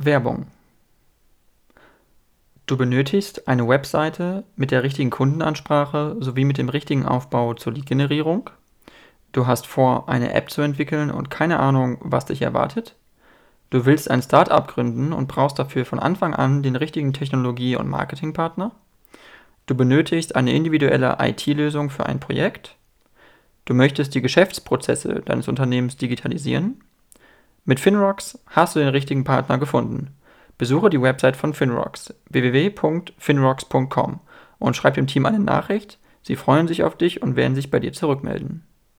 Werbung. Du benötigst eine Webseite mit der richtigen Kundenansprache sowie mit dem richtigen Aufbau zur Lead-Generierung. Du hast vor, eine App zu entwickeln und keine Ahnung, was dich erwartet. Du willst ein Startup gründen und brauchst dafür von Anfang an den richtigen Technologie- und Marketingpartner. Du benötigst eine individuelle IT-Lösung für ein Projekt. Du möchtest die Geschäftsprozesse deines Unternehmens digitalisieren. Mit Finrocks hast du den richtigen Partner gefunden. Besuche die Website von Finrocks www.finrocks.com und schreib dem Team eine Nachricht. Sie freuen sich auf dich und werden sich bei dir zurückmelden.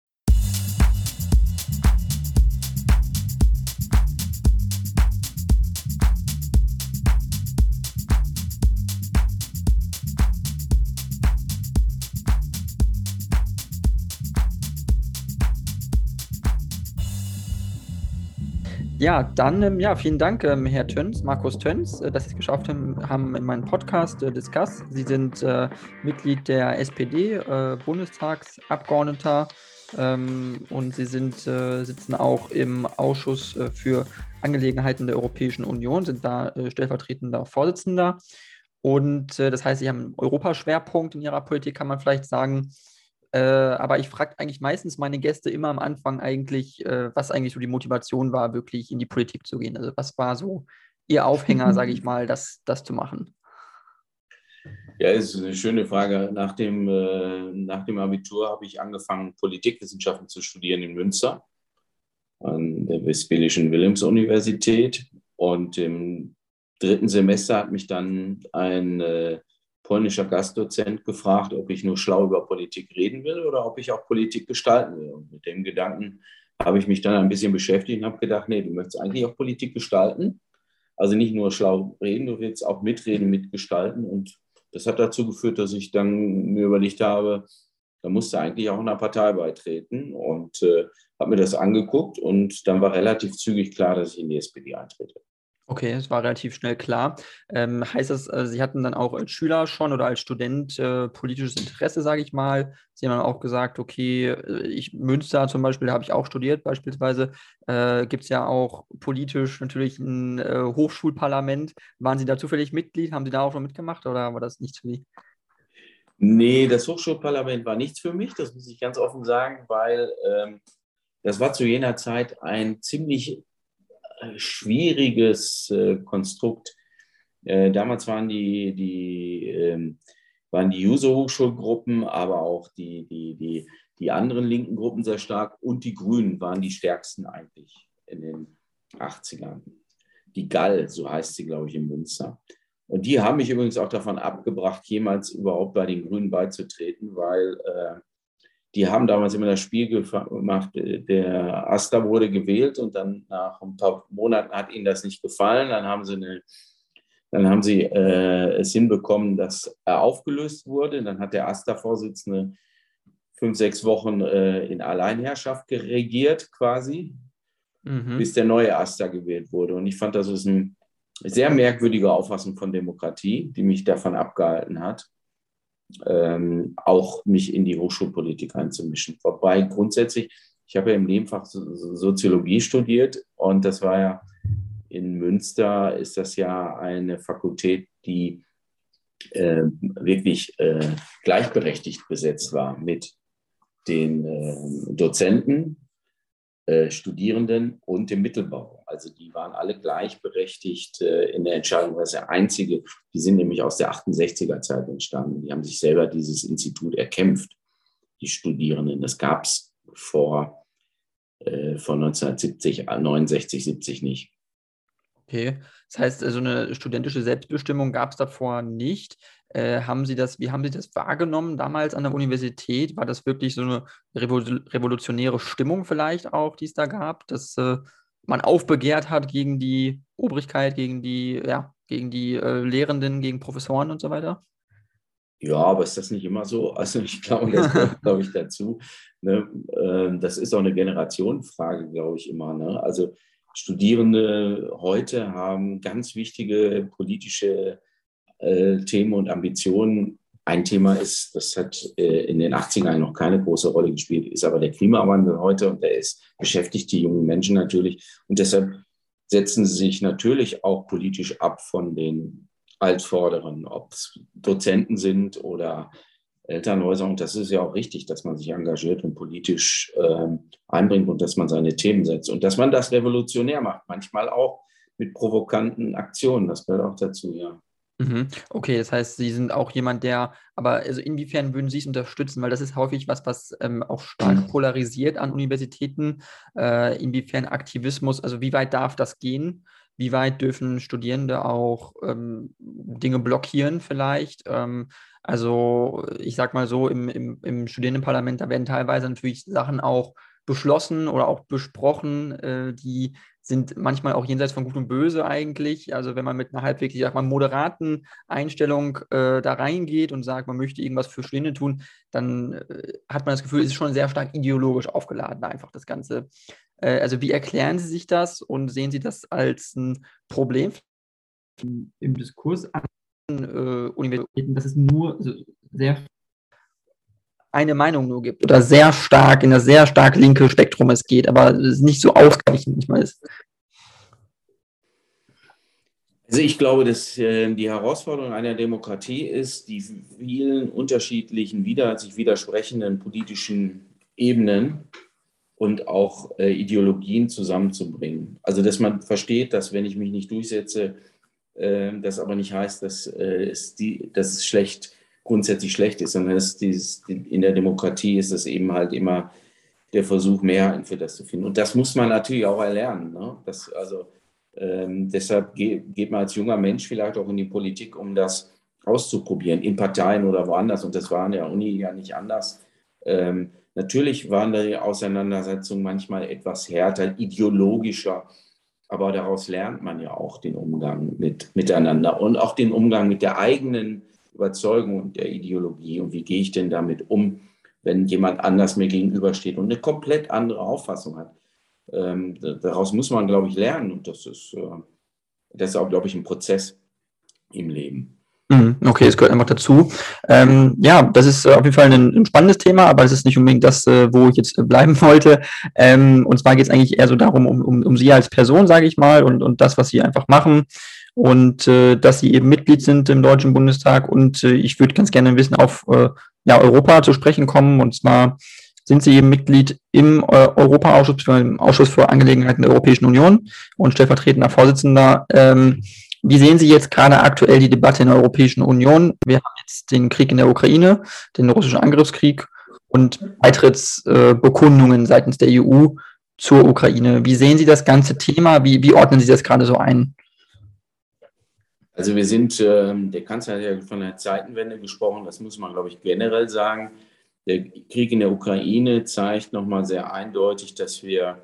Ja, dann vielen Dank, Herr Töns, Markus Töns, dass Sie es geschafft haben in meinem Podcast Discuss. Sie sind Mitglied der SPD, Bundestagsabgeordneter, und Sie sitzen auch im Ausschuss für Angelegenheiten der Europäischen Union, sind da stellvertretender Vorsitzender. Und das heißt, Sie haben einen Europaschwerpunkt in Ihrer Politik, kann man vielleicht sagen. Aber ich frage eigentlich meistens meine Gäste immer am Anfang eigentlich, was eigentlich so die Motivation war, wirklich in die Politik zu gehen. Also was war so Ihr Aufhänger, sage ich mal, das zu machen? Ja, ist eine schöne Frage. Nach dem Abitur habe ich angefangen, Politikwissenschaften zu studieren in Münster an der Westfälischen Wilhelms-Universität. Und im dritten Semester hat mich dann ein polnischer Gastdozent gefragt, ob ich nur schlau über Politik reden will oder ob ich auch Politik gestalten will. Und mit dem Gedanken habe ich mich dann ein bisschen beschäftigt und habe gedacht, nee, du möchtest eigentlich auch Politik gestalten. Also nicht nur schlau reden, du willst auch mitreden, mitgestalten. Und das hat dazu geführt, dass ich dann mir überlegt habe, da musste eigentlich auch einer Partei beitreten und habe mir das angeguckt und dann war relativ zügig klar, dass ich in die SPD eintrete. Okay, es war relativ schnell klar. Heißt das, Sie hatten dann auch als Schüler schon oder als Student politisches Interesse, sage ich mal? Sie haben dann auch gesagt, okay, Münster zum Beispiel, da habe ich auch studiert, beispielsweise, gibt es ja auch politisch natürlich ein Hochschulparlament. Waren Sie da zufällig Mitglied? Haben Sie da auch schon mitgemacht oder war das nichts für Sie? Nee, das Hochschulparlament war nichts für mich, das muss ich ganz offen sagen, weil das war zu jener Zeit ein ziemlich schwieriges Konstrukt. Damals waren die Juso-Hochschulgruppen, aber auch die anderen linken Gruppen sehr stark und die Grünen waren die stärksten eigentlich in den 80ern. Die GAL, so heißt sie, glaube ich, in Münster. Und die haben mich übrigens auch davon abgebracht, jemals überhaupt bei den Grünen beizutreten, weil die haben damals immer das Spiel gemacht, der Asta wurde gewählt und dann nach ein paar Monaten hat ihnen das nicht gefallen. Dann haben sie es hinbekommen, dass er aufgelöst wurde. Dann hat der Asta-Vorsitzende 5, 6 Wochen in Alleinherrschaft regiert quasi, bis Mhm. der neue Asta gewählt wurde. Und ich fand, das ist eine sehr merkwürdige Auffassung von Demokratie, die mich davon abgehalten hat, auch mich in die Hochschulpolitik einzumischen. Wobei grundsätzlich, ich habe ja im Nebenfach Soziologie studiert und das war ja in Münster, ist das ja eine Fakultät, die wirklich gleichberechtigt besetzt war mit den Dozenten, Studierenden und dem Mittelbau. Also die waren alle gleichberechtigt in der Entscheidung. Das ist der einzige, die sind nämlich aus der 68er Zeit entstanden. Die haben sich selber dieses Institut erkämpft, die Studierenden. Das gab es vor 1970, 69, 70 nicht. Okay, das heißt, so eine studentische Selbstbestimmung gab es davor nicht. Wie haben Sie das wahrgenommen damals an der Universität? War das wirklich so eine revolutionäre Stimmung vielleicht auch, die es da gab, dass man aufbegehrt hat gegen die Obrigkeit, gegen die Lehrenden, gegen Professoren und so weiter? Ja, aber ist das nicht immer so? Also ich glaube, das gehört, glaube ich, dazu. Ne? Das ist auch eine Generationenfrage, glaube ich, immer. Ne? Also Studierende heute haben ganz wichtige politische Themen und Ambitionen. Ein Thema ist, das hat in den 80ern noch keine große Rolle gespielt, ist aber der Klimawandel heute und beschäftigt die jungen Menschen natürlich. Und deshalb setzen sie sich natürlich auch politisch ab von den Altvorderen, ob es Dozenten sind oder Elternhäuser. Und das ist ja auch richtig, dass man sich engagiert und politisch einbringt und dass man seine Themen setzt. Und dass man das revolutionär macht, manchmal auch mit provokanten Aktionen. Das gehört auch dazu, ja. Okay, das heißt, Sie sind auch jemand, aber also inwiefern würden Sie es unterstützen? Weil das ist häufig was auch stark polarisiert an Universitäten. Inwiefern Aktivismus, also wie weit darf das gehen? Wie weit dürfen Studierende auch Dinge blockieren vielleicht? Also ich sag mal so, im Studierendenparlament, da werden teilweise natürlich Sachen auch beschlossen oder auch besprochen, die sind manchmal auch jenseits von Gut und Böse eigentlich. Also wenn man mit einer halbwegs, ich sag mal, moderaten Einstellung da reingeht und sagt, man möchte irgendwas für Studierende tun, dann hat man das Gefühl, es ist schon sehr stark ideologisch aufgeladen, einfach das Ganze. Also wie erklären Sie sich das und sehen Sie das als ein Problem im Diskurs an Universitäten, dass es nur sehr eine Meinung nur gibt oder sehr stark in das sehr stark linke Spektrum es geht, aber es nicht so ausgleichend manchmal ist? Also ich glaube, dass die Herausforderung einer Demokratie ist, die vielen unterschiedlichen, sich widersprechenden politischen Ebenen und auch Ideologien zusammenzubringen. Also dass man versteht, dass wenn ich mich nicht durchsetze, das aber nicht heißt, dass es grundsätzlich schlecht ist, sondern in der Demokratie ist es eben halt immer der Versuch, Mehrheiten für das zu finden. Und das muss man natürlich auch erlernen. Ne? Deshalb geht man als junger Mensch vielleicht auch in die Politik, um das auszuprobieren, in Parteien oder woanders. Und das war an der Uni ja nicht anders. Natürlich waren die Auseinandersetzungen manchmal etwas härter, ideologischer, aber daraus lernt man ja auch den Umgang miteinander und auch den Umgang mit der eigenen Überzeugung und der Ideologie. Und wie gehe ich denn damit um, wenn jemand anders mir gegenübersteht und eine komplett andere Auffassung hat? Daraus muss man, glaube ich, lernen. Und das ist auch, glaube ich, ein Prozess im Leben. Okay, es gehört einfach dazu. Ja, das ist auf jeden Fall ein spannendes Thema, aber das ist nicht unbedingt das, wo ich jetzt bleiben wollte. Und zwar geht es eigentlich eher so darum, um Sie als Person, sage ich mal, und das, was Sie einfach machen. Und dass Sie eben Mitglied sind im Deutschen Bundestag. Und ich würde ganz gerne wissen, auf Europa zu sprechen kommen. Und zwar sind Sie eben Mitglied im Europaausschuss, im Ausschuss für Angelegenheiten der Europäischen Union und stellvertretender Vorsitzender. Wie sehen Sie jetzt gerade aktuell die Debatte in der Europäischen Union? Wir haben jetzt den Krieg in der Ukraine, den russischen Angriffskrieg und Beitrittsbekundungen seitens der EU zur Ukraine. Wie sehen Sie das ganze Thema? Wie ordnen Sie das gerade so ein? Also der Kanzler hat ja von der Zeitenwende gesprochen, das muss man, glaube ich, generell sagen. Der Krieg in der Ukraine zeigt nochmal sehr eindeutig, dass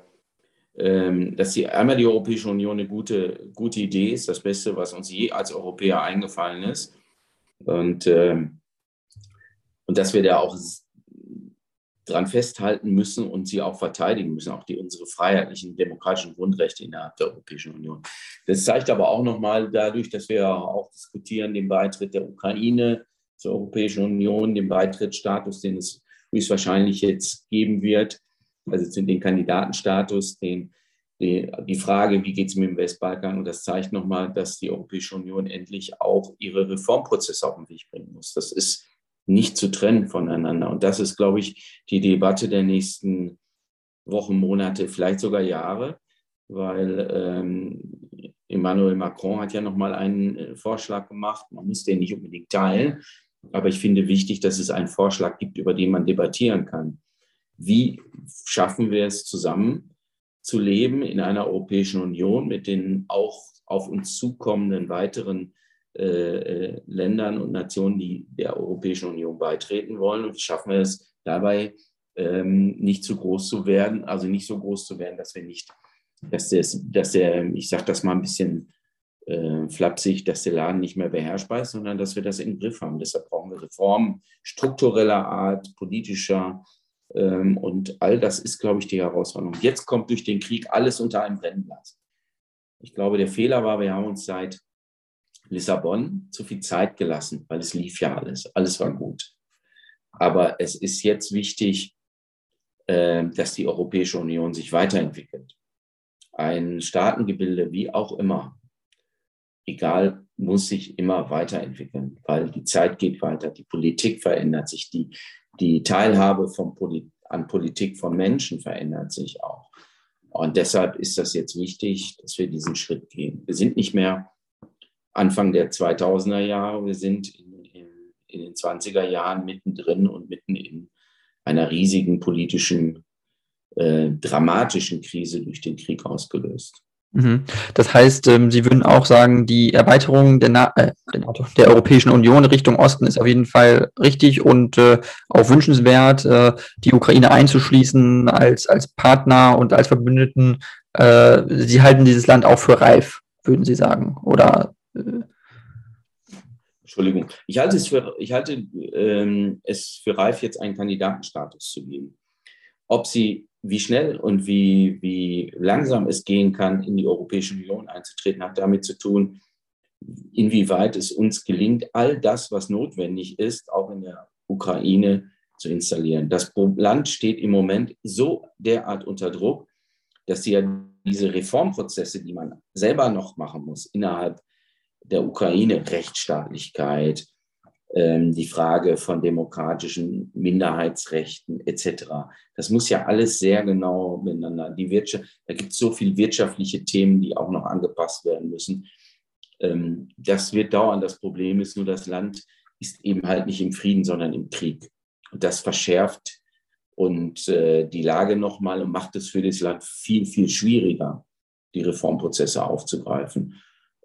einmal die Europäische Union eine gute Idee ist, das Beste, was uns je als Europäer eingefallen ist. Und dass wir da auch dran festhalten müssen und sie auch verteidigen müssen, auch unsere freiheitlichen, demokratischen Grundrechte innerhalb der Europäischen Union. Das zeigt aber auch nochmal dadurch, dass wir auch diskutieren, den Beitritt der Ukraine zur Europäischen Union, den Beitrittsstatus, den es höchstwahrscheinlich jetzt geben wird, also den Kandidatenstatus, die Frage, wie geht es mit dem Westbalkan? Und das zeigt nochmal, dass die Europäische Union endlich auch ihre Reformprozesse auf den Weg bringen muss. Das ist nicht zu trennen voneinander. Und das ist, glaube ich, die Debatte der nächsten Wochen, Monate, vielleicht sogar Jahre, weil Emmanuel Macron hat ja nochmal einen Vorschlag gemacht. Man muss den nicht unbedingt teilen, aber ich finde wichtig, dass es einen Vorschlag gibt, über den man debattieren kann. Wie schaffen wir es zusammen zu leben in einer Europäischen Union mit den auch auf uns zukommenden weiteren Ländern und Nationen, die der Europäischen Union beitreten wollen, und schaffen wir es dabei nicht zu groß zu werden, also nicht so groß zu werden, dass wir nicht, ich sage das mal ein bisschen flapsig, dass der Laden nicht mehr beherrschbar ist, sondern dass wir das im Griff haben. Deshalb brauchen wir Reformen struktureller Art, politischer, und all das ist, glaube ich, die Herausforderung. Jetzt kommt durch den Krieg alles unter einem Brennglas. Ich glaube, der Fehler war, wir haben uns seit Lissabon zu viel Zeit gelassen, weil es lief ja alles war gut. Aber es ist jetzt wichtig, dass die Europäische Union sich weiterentwickelt. ein Staatengebilde, wie auch immer, egal, muss sich immer weiterentwickeln, weil die Zeit geht weiter, die Politik verändert sich, die Teilhabe an Politik von Menschen verändert sich auch. Und deshalb ist das jetzt wichtig, dass wir diesen Schritt gehen. Wir sind nicht mehr Anfang der 2000er Jahre, wir sind in den 20er Jahren mittendrin und mitten in einer riesigen politischen, dramatischen Krise durch den Krieg ausgelöst. Das heißt, Sie würden auch sagen, die Erweiterung der Europäischen Union Richtung Osten ist auf jeden Fall richtig und auch wünschenswert, die Ukraine einzuschließen als Partner und als Verbündeten. Sie halten dieses Land auch für reif, würden Sie sagen, oder? Entschuldigung, ich halte es für reif, jetzt einen Kandidatenstatus zu geben. Wie schnell und wie langsam es gehen kann, in die Europäische Union einzutreten, hat damit zu tun, inwieweit es uns gelingt, all das, was notwendig ist, auch in der Ukraine zu installieren. Das Land steht im Moment so derart unter Druck, dass diese Reformprozesse, die man selber noch machen muss, innerhalb der Ukraine, Rechtsstaatlichkeit, die Frage von demokratischen Minderheitsrechten etc. Das muss ja alles sehr genau miteinander. Da gibt es so viele wirtschaftliche Themen, die auch noch angepasst werden müssen. Das wird dauern. Das Problem ist nur, das Land ist eben halt nicht im Frieden, sondern im Krieg. Und das verschärft und die Lage nochmal und macht es für das Land viel, viel schwieriger, die Reformprozesse aufzugreifen.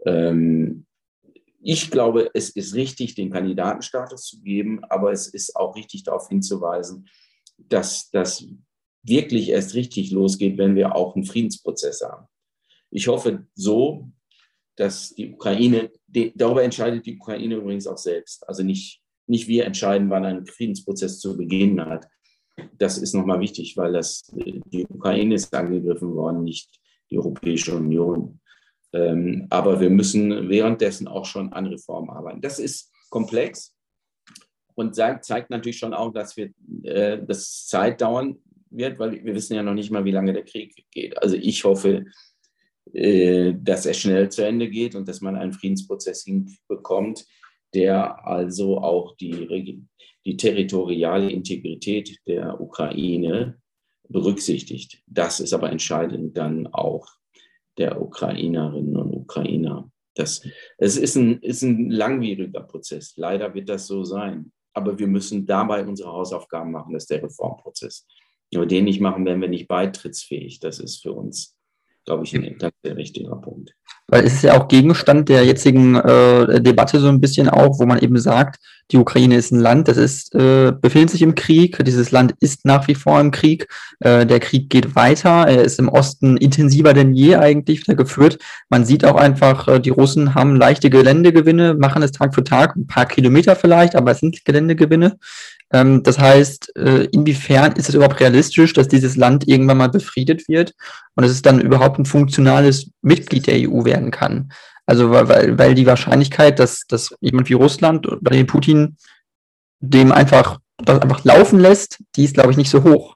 Ich glaube, es ist richtig, den Kandidatenstatus zu geben, aber es ist auch richtig, darauf hinzuweisen, dass das wirklich erst richtig losgeht, wenn wir auch einen Friedensprozess haben. Ich hoffe so, dass die Ukraine, darüber entscheidet die Ukraine übrigens auch selbst. Also nicht wir entscheiden, wann ein Friedensprozess zu beginnen hat. Das ist nochmal wichtig, weil die Ukraine ist angegriffen worden, nicht die Europäische Union. Aber wir müssen währenddessen auch schon an Reformen arbeiten. Das ist komplex und zeigt natürlich schon auch, dass das Zeit dauern wird, weil wir wissen ja noch nicht mal, wie lange der Krieg geht. Also ich hoffe, dass er schnell zu Ende geht und dass man einen Friedensprozess hinbekommt, der also auch die territoriale Integrität der Ukraine berücksichtigt. Das ist aber entscheidend dann auch der Ukrainerinnen und Ukrainer. Es ist ein langwieriger Prozess. Leider wird das so sein. Aber wir müssen dabei unsere Hausaufgaben machen. Das ist der Reformprozess. Wenn wir den nicht machen, werden wir nicht beitrittsfähig. Das ist für uns, glaube ich, der richtige Punkt. Weil es ist ja auch Gegenstand der jetzigen Debatte so ein bisschen auch, wo man eben sagt, die Ukraine ist ein Land, befindet sich im Krieg, dieses Land ist nach wie vor im Krieg, der Krieg geht weiter, er ist im Osten intensiver denn je eigentlich wieder geführt. Man sieht auch einfach, die Russen haben leichte Geländegewinne, machen es Tag für Tag, ein paar Kilometer vielleicht, aber es sind Geländegewinne. Das heißt, inwiefern ist es überhaupt realistisch, dass dieses Land irgendwann mal befriedet wird und dass es dann überhaupt ein funktionales Mitglied der EU werden kann? Also weil die Wahrscheinlichkeit, dass jemand wie Russland oder den Putin das einfach laufen lässt, die ist, glaube ich, nicht so hoch.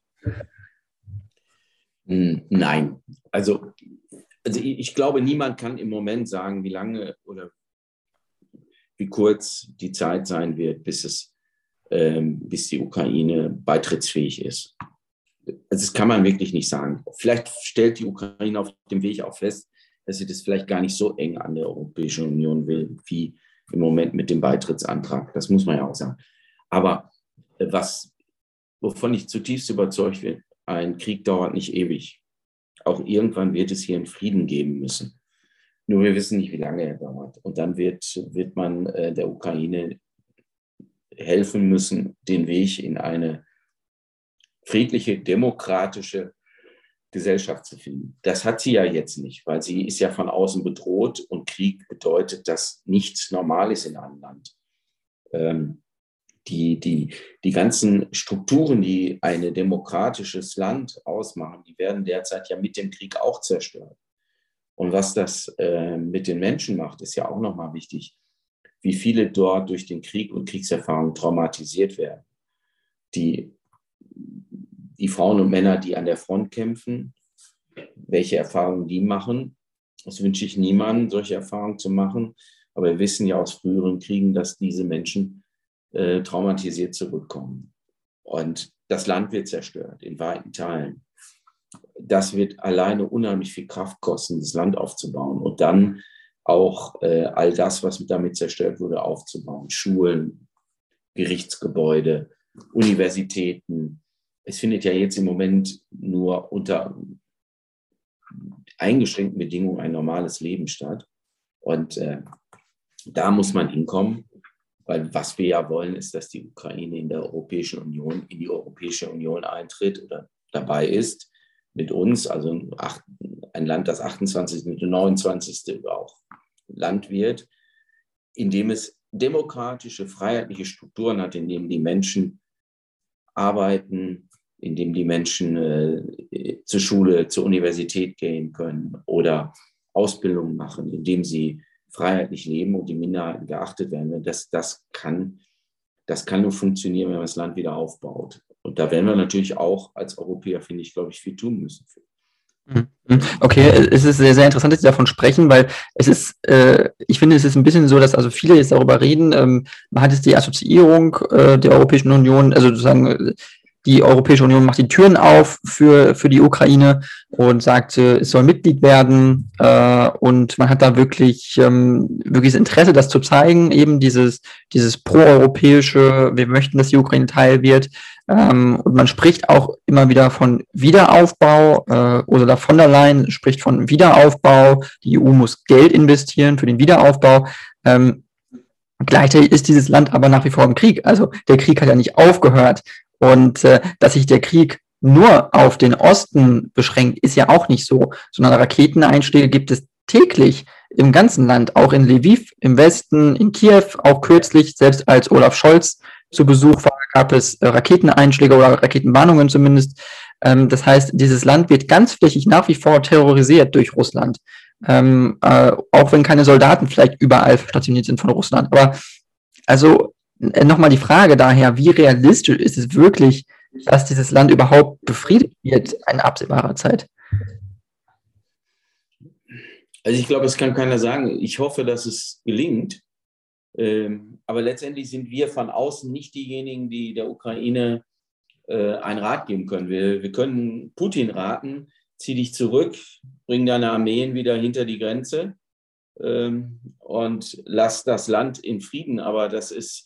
Nein, also ich glaube, niemand kann im Moment sagen, wie lange oder wie kurz die Zeit sein wird, bis die Ukraine beitrittsfähig ist. Also das kann man wirklich nicht sagen. Vielleicht stellt die Ukraine auf dem Weg auch fest, dass sie das vielleicht gar nicht so eng an der Europäischen Union will, wie im Moment mit dem Beitrittsantrag. Das muss man ja auch sagen. Aber wovon ich zutiefst überzeugt bin, ein Krieg dauert nicht ewig. Auch irgendwann wird es hier einen Frieden geben müssen. Nur wir wissen nicht, wie lange er dauert. Und dann wird man der Ukraine helfen müssen, den Weg in eine friedliche, demokratische Gesellschaft zu finden. Das hat sie ja jetzt nicht, weil sie ist ja von außen bedroht und Krieg bedeutet, dass nichts normal ist in einem Land. Die ganzen Strukturen, die ein demokratisches Land ausmachen, die werden derzeit ja mit dem Krieg auch zerstört. Und was das mit den Menschen macht, ist ja auch nochmal wichtig, wie viele dort durch den Krieg und Kriegserfahrung traumatisiert werden. Die Frauen und Männer, die an der Front kämpfen, welche Erfahrungen die machen. Das wünsche ich niemandem, solche Erfahrungen zu machen. Aber wir wissen ja aus früheren Kriegen, dass diese Menschen traumatisiert zurückkommen. Und das Land wird zerstört in weiten Teilen. Das wird alleine unheimlich viel Kraft kosten, das Land aufzubauen und dann auch all das, was damit zerstört wurde, aufzubauen. Schulen, Gerichtsgebäude, Universitäten. Es findet ja jetzt im Moment nur unter eingeschränkten Bedingungen ein normales Leben statt. Und da muss man hinkommen, weil was wir ja wollen, ist, dass die Ukraine in die Europäische Union eintritt oder dabei ist mit uns, also ein Land, das 28. und 29. auch Land wird, in dem es demokratische, freiheitliche Strukturen hat, in denen die Menschen arbeiten, in dem die Menschen zur Schule, zur Universität gehen können oder Ausbildung machen, in dem sie freiheitlich leben und die Minderheiten geachtet werden. Das kann nur funktionieren, wenn man das Land wieder aufbaut. Und da werden wir natürlich auch als Europäer, finde ich, glaube ich, viel tun müssen. Okay, es ist sehr, sehr interessant, dass Sie davon sprechen, weil es ist, ich finde, es ist ein bisschen so, dass also viele jetzt darüber reden, man hat jetzt die Assoziierung der Europäischen Union, also sozusagen die Europäische Union macht die Türen auf für die Ukraine und sagt, es soll Mitglied werden und man hat da wirklich das Interesse, das zu zeigen, eben dieses proeuropäische, wir möchten, dass die Ukraine Teil wird. Und man spricht auch immer wieder von Wiederaufbau. Ursula von der Leyen spricht von Wiederaufbau. Die EU muss Geld investieren für den Wiederaufbau. Gleichzeitig ist dieses Land aber nach wie vor im Krieg. Also der Krieg hat ja nicht aufgehört. Und dass sich der Krieg nur auf den Osten beschränkt, ist ja auch nicht so, sondern Raketeneinschläge gibt es täglich im ganzen Land, auch in Lviv, im Westen, in Kiew, auch kürzlich, selbst als Olaf Scholz zu Besuch war, gab es Raketeneinschläge oder Raketenwarnungen zumindest. Das heißt, dieses Land wird ganzflächig nach wie vor terrorisiert durch Russland. Auch wenn keine Soldaten vielleicht überall stationiert sind von Russland. Aber also nochmal die Frage daher, wie realistisch ist es wirklich, dass dieses Land überhaupt befriedet wird in absehbarer Zeit? Also ich glaube, es kann keiner sagen. Ich hoffe, dass es gelingt. Aber letztendlich sind wir von außen nicht diejenigen, die der Ukraine einen Rat geben können. Wir können Putin raten, zieh dich zurück, bring deine Armeen wieder hinter die Grenze und lass das Land in Frieden. Aber das ist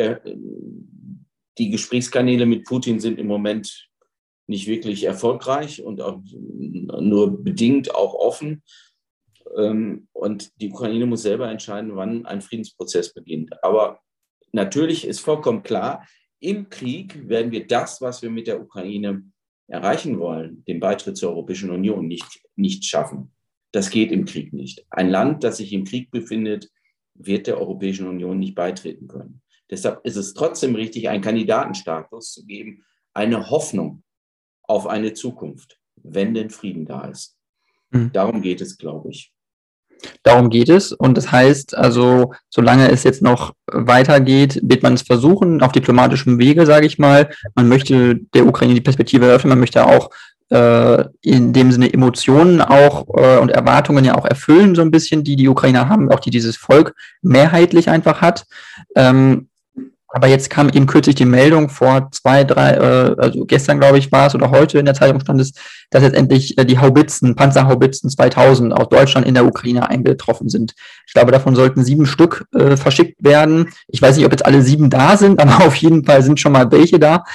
die Gesprächskanäle mit Putin sind im Moment nicht wirklich erfolgreich und auch nur bedingt auch offen. Und die Ukraine muss selber entscheiden, wann ein Friedensprozess beginnt. Aber natürlich ist vollkommen klar, im Krieg werden wir das, was wir mit der Ukraine erreichen wollen, den Beitritt zur Europäischen Union, nicht schaffen. Das geht im Krieg nicht. Ein Land, das sich im Krieg befindet, wird der Europäischen Union nicht beitreten können. Deshalb ist es trotzdem richtig, einen Kandidatenstatus zu geben, eine Hoffnung auf eine Zukunft, wenn denn Frieden da ist. Darum geht es, glaube ich. Darum geht es. Und das heißt, also, solange es jetzt noch weitergeht, wird man es versuchen, auf diplomatischem Wege, sage ich mal. Man möchte der Ukraine die Perspektive eröffnen, man möchte auch in dem Sinne Emotionen auch und Erwartungen ja auch erfüllen, so ein bisschen, die Ukrainer haben, auch die dieses Volk mehrheitlich einfach hat. Aber jetzt kam eben kürzlich die Meldung vor 2, 3, also gestern, glaube ich, war es, oder heute in der Zeitung stand es, dass jetzt endlich die Panzerhaubitzen 2000 aus Deutschland in der Ukraine eingetroffen sind. Ich glaube, davon sollten 7 Stück verschickt werden. Ich weiß nicht, ob jetzt alle 7 da sind, aber auf jeden Fall sind schon mal welche da.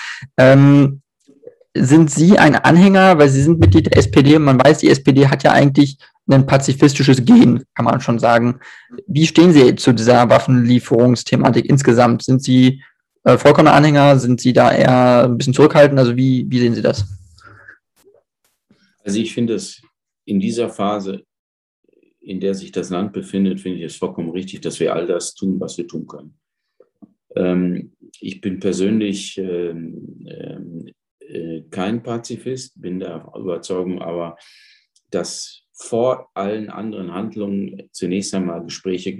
Sind Sie ein Anhänger, weil Sie sind Mitglied der SPD und man weiß, die SPD hat ja eigentlich ein pazifistisches Gen, kann man schon sagen. Wie stehen Sie zu dieser Waffenlieferungsthematik insgesamt? Sind Sie vollkommener Anhänger? Sind Sie da eher ein bisschen zurückhaltend? Also wie sehen Sie das? Also ich finde es in dieser Phase, in der sich das Land befindet, finde ich es vollkommen richtig, dass wir all das tun, was wir tun können. Ich bin persönlich kein Pazifist, bin der Überzeugung, aber dass vor allen anderen Handlungen zunächst einmal Gespräche.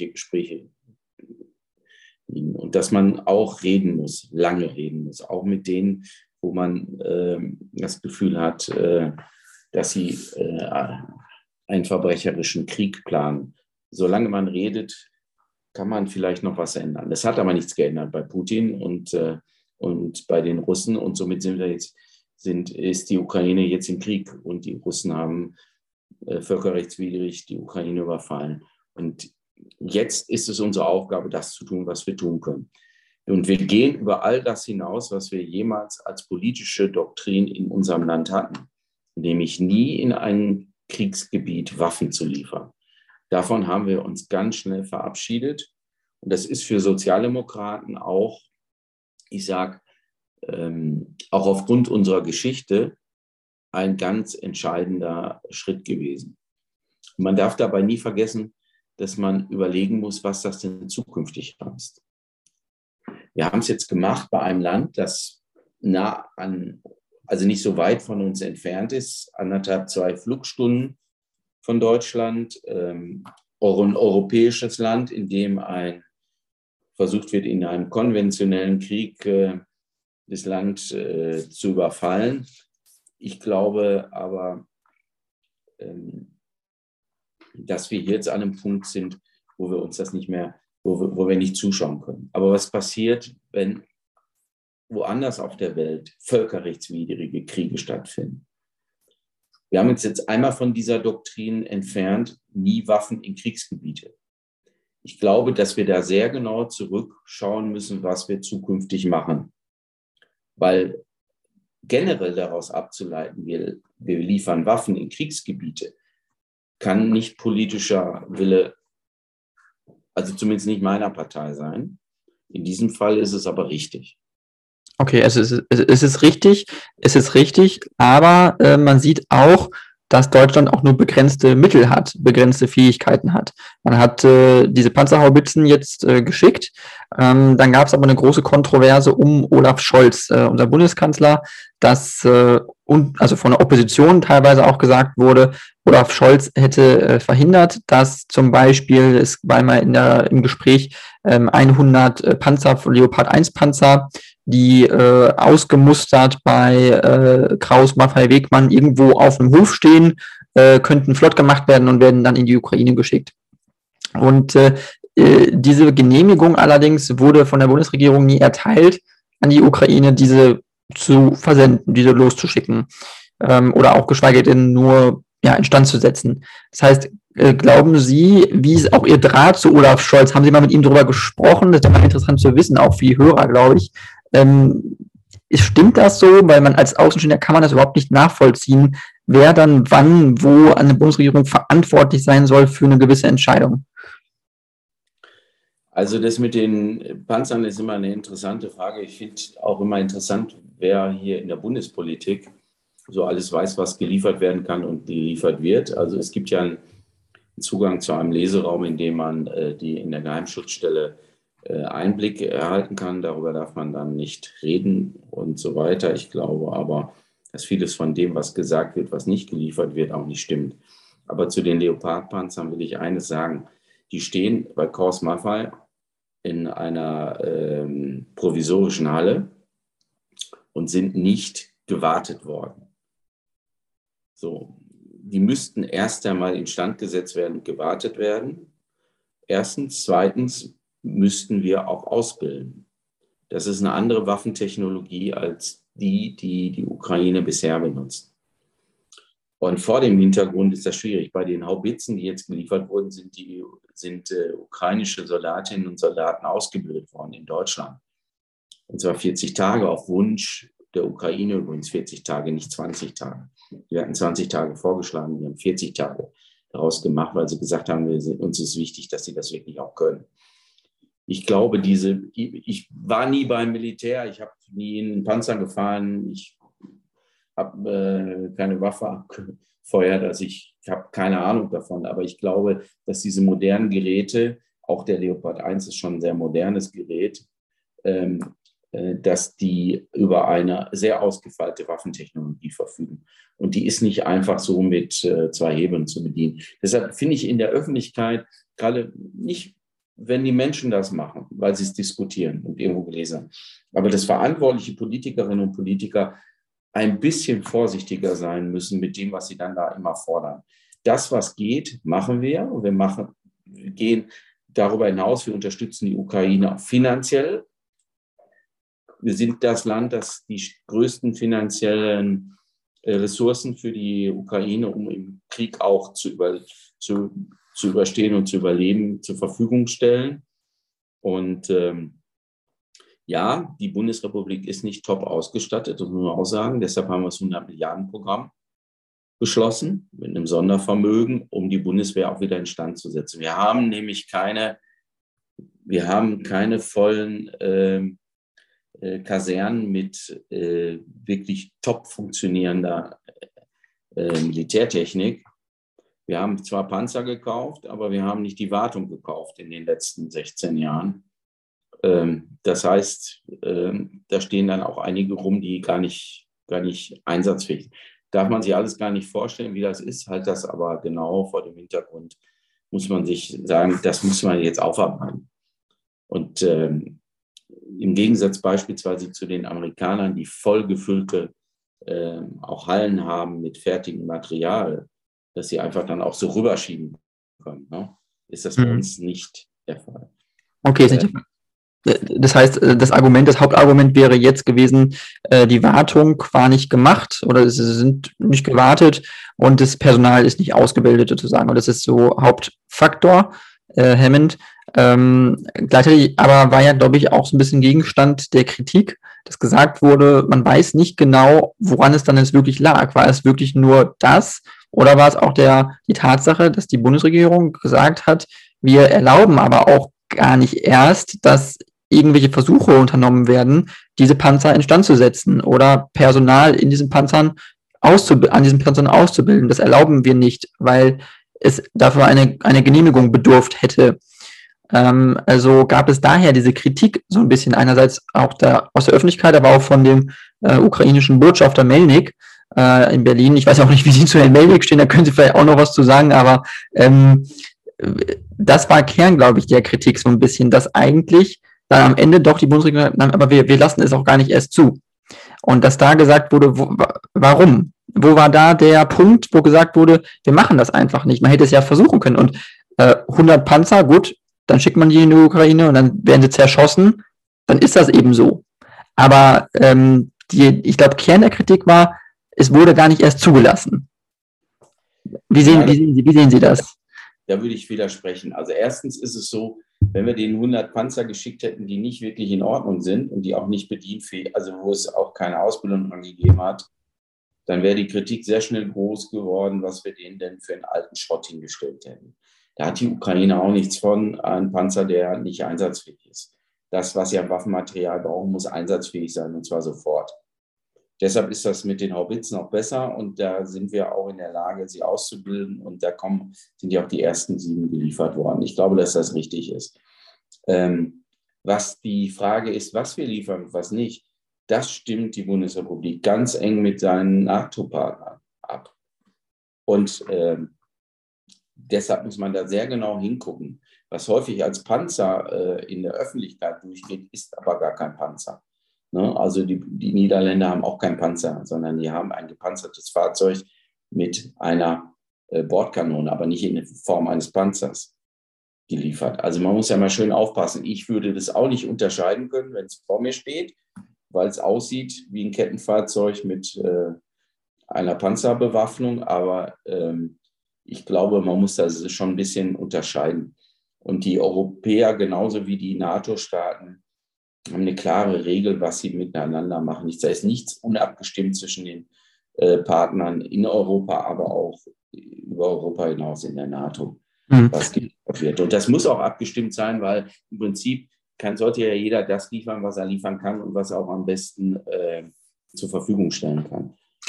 Und dass man auch reden muss, lange reden muss, auch mit denen, wo man das Gefühl hat, dass sie einen verbrecherischen Krieg planen. Solange man redet, kann man vielleicht noch was ändern. Das hat aber nichts geändert bei Putin und bei den Russen. Und somit ist die Ukraine jetzt im Krieg. Und die Russen haben völkerrechtswidrig die Ukraine überfallen. Und jetzt ist es unsere Aufgabe, das zu tun, was wir tun können. Und wir gehen über all das hinaus, was wir jemals als politische Doktrin in unserem Land hatten, nämlich nie in ein Kriegsgebiet Waffen zu liefern. Davon haben wir uns ganz schnell verabschiedet. Und das ist für Sozialdemokraten auch, ich sage, auch aufgrund unserer Geschichte ein ganz entscheidender Schritt gewesen. Und man darf dabei nie vergessen, dass man überlegen muss, was das denn zukünftig heißt. Wir haben es jetzt gemacht bei einem Land, das also nicht so weit von uns entfernt ist, 1,5, 2 Flugstunden von Deutschland, ein europäisches Land, in dem versucht wird, in einem konventionellen Krieg das Land zu überfallen. Ich glaube aber, dass wir jetzt an einem Punkt sind, wo wir uns das nicht mehr, wo wir nicht zuschauen können. Aber was passiert, wenn woanders auf der Welt völkerrechtswidrige Kriege stattfinden? Wir haben uns jetzt einmal von dieser Doktrin entfernt, nie Waffen in Kriegsgebiete. Ich glaube, dass wir da sehr genau zurückschauen müssen, was wir zukünftig machen. Weil generell daraus abzuleiten, wir liefern Waffen in Kriegsgebiete, kann nicht politischer Wille, also zumindest nicht meiner Partei sein. In diesem Fall ist es aber richtig. Okay, es ist richtig, aber man sieht auch, dass Deutschland auch nur begrenzte Mittel hat, begrenzte Fähigkeiten hat. Man hat diese Panzerhaubitzen jetzt geschickt. Dann gab es aber eine große Kontroverse um Olaf Scholz, unser Bundeskanzler, dass also von der Opposition teilweise auch gesagt wurde, Olaf Scholz hätte verhindert, dass zum Beispiel, es war mal im Gespräch 100 Panzer, Leopard 1 Panzer, die ausgemustert bei Kraus, Maffei, Wegmann irgendwo auf einem Hof stehen, könnten flott gemacht werden und werden dann in die Ukraine geschickt. Und diese Genehmigung allerdings wurde von der Bundesregierung nie erteilt an die Ukraine, diese zu versenden, diese loszuschicken oder auch geschweige denn nur instand zu setzen. Das heißt, glauben Sie, wie ist auch Ihr Draht zu Olaf Scholz? Haben Sie mal mit ihm darüber gesprochen? Das wäre mal interessant zu wissen, auch für die Hörer, glaube ich. Stimmt das so? Weil man als Außenstehender kann man das überhaupt nicht nachvollziehen, wer dann wann, wo an der Bundesregierung verantwortlich sein soll für eine gewisse Entscheidung. Also das mit den Panzern ist immer eine interessante Frage. Ich finde auch immer interessant, wer hier in der Bundespolitik so alles weiß, was geliefert werden kann und geliefert wird. Also es gibt ja einen Zugang zu einem Leseraum, in dem man in der Geheimschutzstelle Einblick erhalten kann. Darüber darf man dann nicht reden und so weiter. Ich glaube aber, dass vieles von dem, was gesagt wird, was nicht geliefert wird, auch nicht stimmt. Aber zu den Leopardpanzern will ich eines sagen. Die stehen bei Kraus Maffei in einer provisorischen Halle und sind nicht gewartet worden. So, die müssten erst einmal instand gesetzt werden und gewartet werden. Erstens. Zweitens müssten wir auch ausbilden. Das ist eine andere Waffentechnologie als die Ukraine bisher benutzt. Und vor dem Hintergrund ist das schwierig. Bei den Haubitzen, die jetzt geliefert wurden, sind ukrainische Soldatinnen und Soldaten ausgebildet worden in Deutschland. Und zwar 40 Tage auf Wunsch der Ukraine, übrigens 40 Tage, nicht 20 Tage. Wir hatten 20 Tage vorgeschlagen, wir haben 40 Tage daraus gemacht, weil sie gesagt haben, uns ist wichtig, dass sie das wirklich auch können. Ich glaube, ich war nie beim Militär, ich habe nie in einen Panzer gefahren, ich habe keine Waffe abgefeuert, ich habe keine Ahnung davon, aber ich glaube, dass diese modernen Geräte, auch der Leopard 1 ist schon ein sehr modernes Gerät, dass die über eine sehr ausgefeilte Waffentechnologie verfügen. Und die ist nicht einfach so mit 2 Hebeln zu bedienen. Deshalb finde ich in der Öffentlichkeit gerade nicht, wenn die Menschen das machen, weil sie es diskutieren und irgendwo gelesen haben, aber dass verantwortliche Politikerinnen und Politiker ein bisschen vorsichtiger sein müssen mit dem, was sie dann da immer fordern. Das, was geht, machen wir. Und wir gehen darüber hinaus, wir unterstützen die Ukraine finanziell. Wir sind das Land, das die größten finanziellen Ressourcen für die Ukraine, um im Krieg auch zu überstehen und zu überleben, zur Verfügung stellen. Und ja, die Bundesrepublik ist nicht top ausgestattet, das muss man auch sagen. Deshalb haben wir das 100-Milliarden-Programm beschlossen mit einem Sondervermögen, um die Bundeswehr auch wieder instand zu setzen. Wir haben nämlich keine vollen Kasernen mit wirklich top funktionierender Militärtechnik. Wir haben zwar Panzer gekauft, aber wir haben nicht die Wartung gekauft in den letzten 16 Jahren. Das heißt, da stehen dann auch einige rum, die gar nicht einsatzfähig sind. Darf man sich alles gar nicht vorstellen, wie das ist, halt das aber genau vor dem Hintergrund, muss man sich sagen, das muss man jetzt aufarbeiten. Und im Gegensatz beispielsweise zu den Amerikanern, die voll gefüllte auch Hallen haben mit fertigem Material, dass sie einfach dann auch so rüberschieben können, ne? Ist das bei uns nicht der Fall. Okay, das heißt, das Hauptargument wäre jetzt gewesen, die Wartung war nicht gemacht oder sie sind nicht gewartet und das Personal ist nicht ausgebildet sozusagen. Und das ist so Hauptfaktor, hemmend. Gleichzeitig aber war ja, glaube ich, auch so ein bisschen Gegenstand der Kritik, dass gesagt wurde, man weiß nicht genau, woran es dann jetzt wirklich lag. War es wirklich nur das oder war es auch die Tatsache, dass die Bundesregierung gesagt hat, wir erlauben aber auch gar nicht erst, dass irgendwelche Versuche unternommen werden, diese Panzer instand zu setzen oder Personal in diesen Panzern an diesen Panzern auszubilden. Das erlauben wir nicht, weil es dafür eine Genehmigung bedurft hätte. Also gab es daher diese Kritik so ein bisschen einerseits auch aus der Öffentlichkeit, aber auch von dem ukrainischen Botschafter Melnik in Berlin. Ich weiß auch nicht, wie Sie zu Herrn Melnik stehen, da können Sie vielleicht auch noch was zu sagen, aber das war Kern, glaube ich, der Kritik so ein bisschen, dass eigentlich dann am Ende doch die Bundesregierung, aber wir lassen es auch gar nicht erst zu. Und dass da gesagt wurde, warum? Wo war da der Punkt, wo gesagt wurde, wir machen das einfach nicht? Man hätte es ja versuchen können. Und 100 Panzer, gut, dann schickt man die in die Ukraine und dann werden sie zerschossen. Dann ist das eben so. Aber ich glaube, Kern der Kritik war, es wurde gar nicht erst zugelassen. Wie sehen Sie das? Da würde ich widersprechen. Also erstens ist es so, wenn wir den 100 Panzer geschickt hätten, die nicht wirklich in Ordnung sind und die auch nicht bedienfähig, also wo es auch keine Ausbildung angegeben hat, dann wäre die Kritik sehr schnell groß geworden, was wir denen denn für einen alten Schrott hingestellt hätten. Da hat die Ukraine auch nichts von, ein Panzer, der nicht einsatzfähig ist. Das, was sie an Waffenmaterial brauchen, muss einsatzfähig sein, und zwar sofort. Deshalb ist das mit den Haubitzen auch besser und da sind wir auch in der Lage, sie auszubilden und da sind ja auch die ersten 7 geliefert worden. Ich glaube, dass das richtig ist. Was die Frage ist, was wir liefern und was nicht, das stimmt die Bundesrepublik ganz eng mit seinen NATO-Partnern ab. Und deshalb muss man da sehr genau hingucken. Was häufig als Panzer in der Öffentlichkeit durchgeht, ist aber gar kein Panzer. Also die Niederländer haben auch keinen Panzer, sondern die haben ein gepanzertes Fahrzeug mit einer Bordkanone, aber nicht in der Form eines Panzers geliefert. Also man muss ja mal schön aufpassen. Ich würde das auch nicht unterscheiden können, wenn es vor mir steht, weil es aussieht wie ein Kettenfahrzeug mit einer Panzerbewaffnung. Aber ich glaube, man muss das schon ein bisschen unterscheiden. Und die Europäer genauso wie die NATO-Staaten haben eine klare Regel, was sie miteinander machen. Da ist nichts unabgestimmt zwischen den Partnern in Europa, aber auch über Europa hinaus in der NATO, was geliefert wird. Und das muss auch abgestimmt sein, weil im Prinzip sollte ja jeder das liefern, was er liefern kann und was er auch am besten zur Verfügung stellen kann.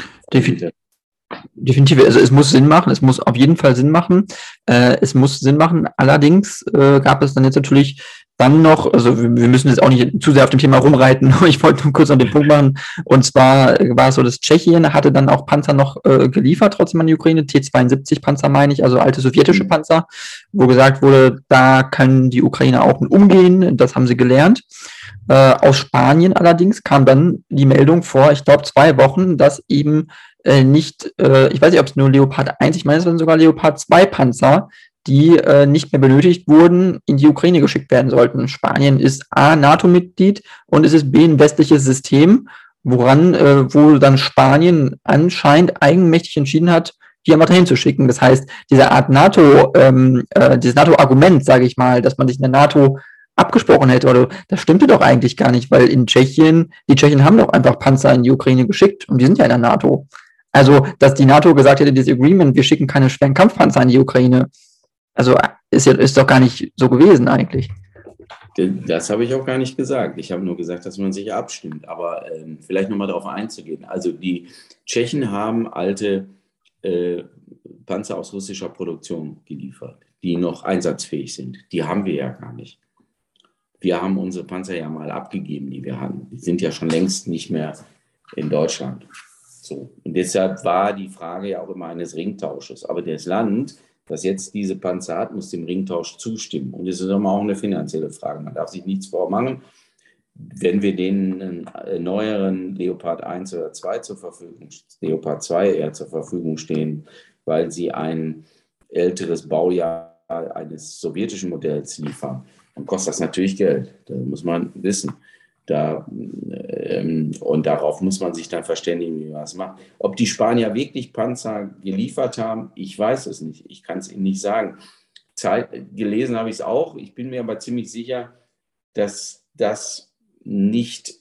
Definitiv, also es muss Sinn machen, es muss auf jeden Fall Sinn machen. Es muss Sinn machen, allerdings gab es dann jetzt natürlich Dann noch, also wir müssen jetzt auch nicht zu sehr auf dem Thema rumreiten, ich wollte nur kurz noch den Punkt machen. Und zwar war es so, dass Tschechien hatte dann auch Panzer noch geliefert, trotzdem an die Ukraine, T-72-Panzer meine ich, also alte sowjetische Panzer, wo gesagt wurde, da können die Ukrainer auch mit umgehen, das haben sie gelernt. Aus Spanien allerdings kam dann die Meldung vor, ich glaube 2 Wochen, dass eben nicht, ich weiß nicht, ob es nur Leopard 1, ich meine, es waren sogar Leopard 2 Panzer, die nicht mehr benötigt wurden, in die Ukraine geschickt werden sollten. Spanien ist A, NATO-Mitglied und es ist B, ein westliches System, wo dann Spanien anscheinend eigenmächtig entschieden hat, die einfach dahin zu schicken. Das heißt, diese Art dieses NATO-Argument, sage ich mal, dass man sich in der NATO abgesprochen hätte, oder das stimmte doch eigentlich gar nicht, weil die Tschechen haben doch einfach Panzer in die Ukraine geschickt und die sind ja in der NATO. Also, dass die NATO gesagt hätte, dieses Agreement, wir schicken keine schweren Kampfpanzer in die Ukraine, also ist doch gar nicht so gewesen eigentlich. Das habe ich auch gar nicht gesagt. Ich habe nur gesagt, dass man sich abstimmt. Aber vielleicht nochmal darauf einzugehen. Also die Tschechen haben alte Panzer aus russischer Produktion geliefert, die noch einsatzfähig sind. Die haben wir ja gar nicht. Wir haben unsere Panzer ja mal abgegeben, die wir hatten. Die sind ja schon längst nicht mehr in Deutschland. So. Und deshalb war die Frage ja auch immer eines Ringtausches. Aber das Land, das jetzt diese Panzer hat, muss dem Ringtausch zustimmen. Und es ist immer auch eine finanzielle Frage. Man darf sich nichts vormachen. Wenn wir den neueren Leopard 1 oder 2 Leopard 2 eher zur Verfügung stehen, weil sie ein älteres Baujahr eines sowjetischen Modells liefern, dann kostet das natürlich Geld. Das muss man wissen. Und darauf muss man sich dann verständigen, wie man es macht. Ob die Spanier wirklich Panzer geliefert haben, ich weiß es nicht. Ich kann es Ihnen nicht sagen. Gelesen habe ich es auch. Ich bin mir aber ziemlich sicher, dass das nicht,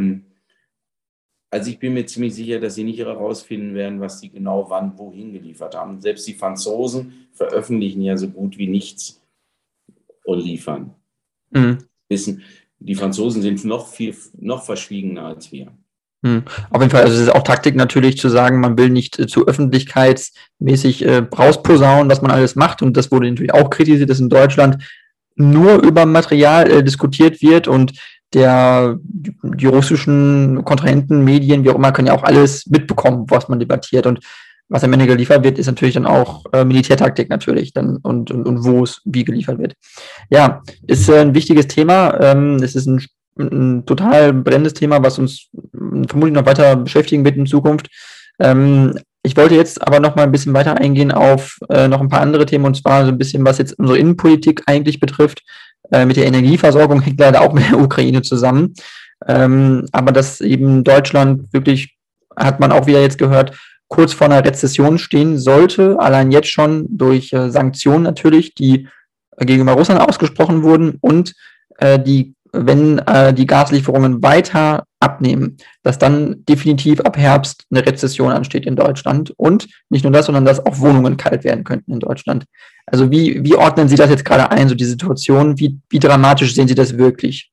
also ich bin mir ziemlich sicher, dass sie nicht herausfinden werden, was sie genau wann wohin geliefert haben. Selbst die Franzosen veröffentlichen ja so gut wie nichts und liefern. Wissen, die Franzosen sind noch verschwiegener als wir. Auf jeden Fall, also es ist auch Taktik natürlich zu sagen, man will nicht zu öffentlichkeitsmäßig rausposaunen, was man alles macht. Und das wurde natürlich auch kritisiert, dass in Deutschland nur über Material diskutiert wird und die russischen Kontrahenten, Medien, wie auch immer, können ja auch alles mitbekommen, was man debattiert. Und was am Ende geliefert wird, ist natürlich dann auch Militärtaktik natürlich dann und wo es wie geliefert wird. Ja, ist ein wichtiges Thema. Es ist ein total brennendes Thema, was uns vermutlich noch weiter beschäftigen wird in Zukunft. Ich wollte jetzt aber noch mal ein bisschen weiter eingehen auf noch ein paar andere Themen, und zwar so ein bisschen, was jetzt unsere Innenpolitik eigentlich betrifft. Mit der Energieversorgung hängt leider auch mit der Ukraine zusammen. Aber dass eben Deutschland wirklich, hat man auch wieder jetzt gehört, kurz vor einer Rezession stehen sollte, allein jetzt schon durch Sanktionen natürlich, die gegenüber Russland ausgesprochen wurden und wenn die Gaslieferungen weiter abnehmen, dass dann definitiv ab Herbst eine Rezession ansteht in Deutschland und nicht nur das, sondern dass auch Wohnungen kalt werden könnten in Deutschland. Also wie ordnen Sie das jetzt gerade ein, so die Situation? Wie dramatisch sehen Sie das wirklich?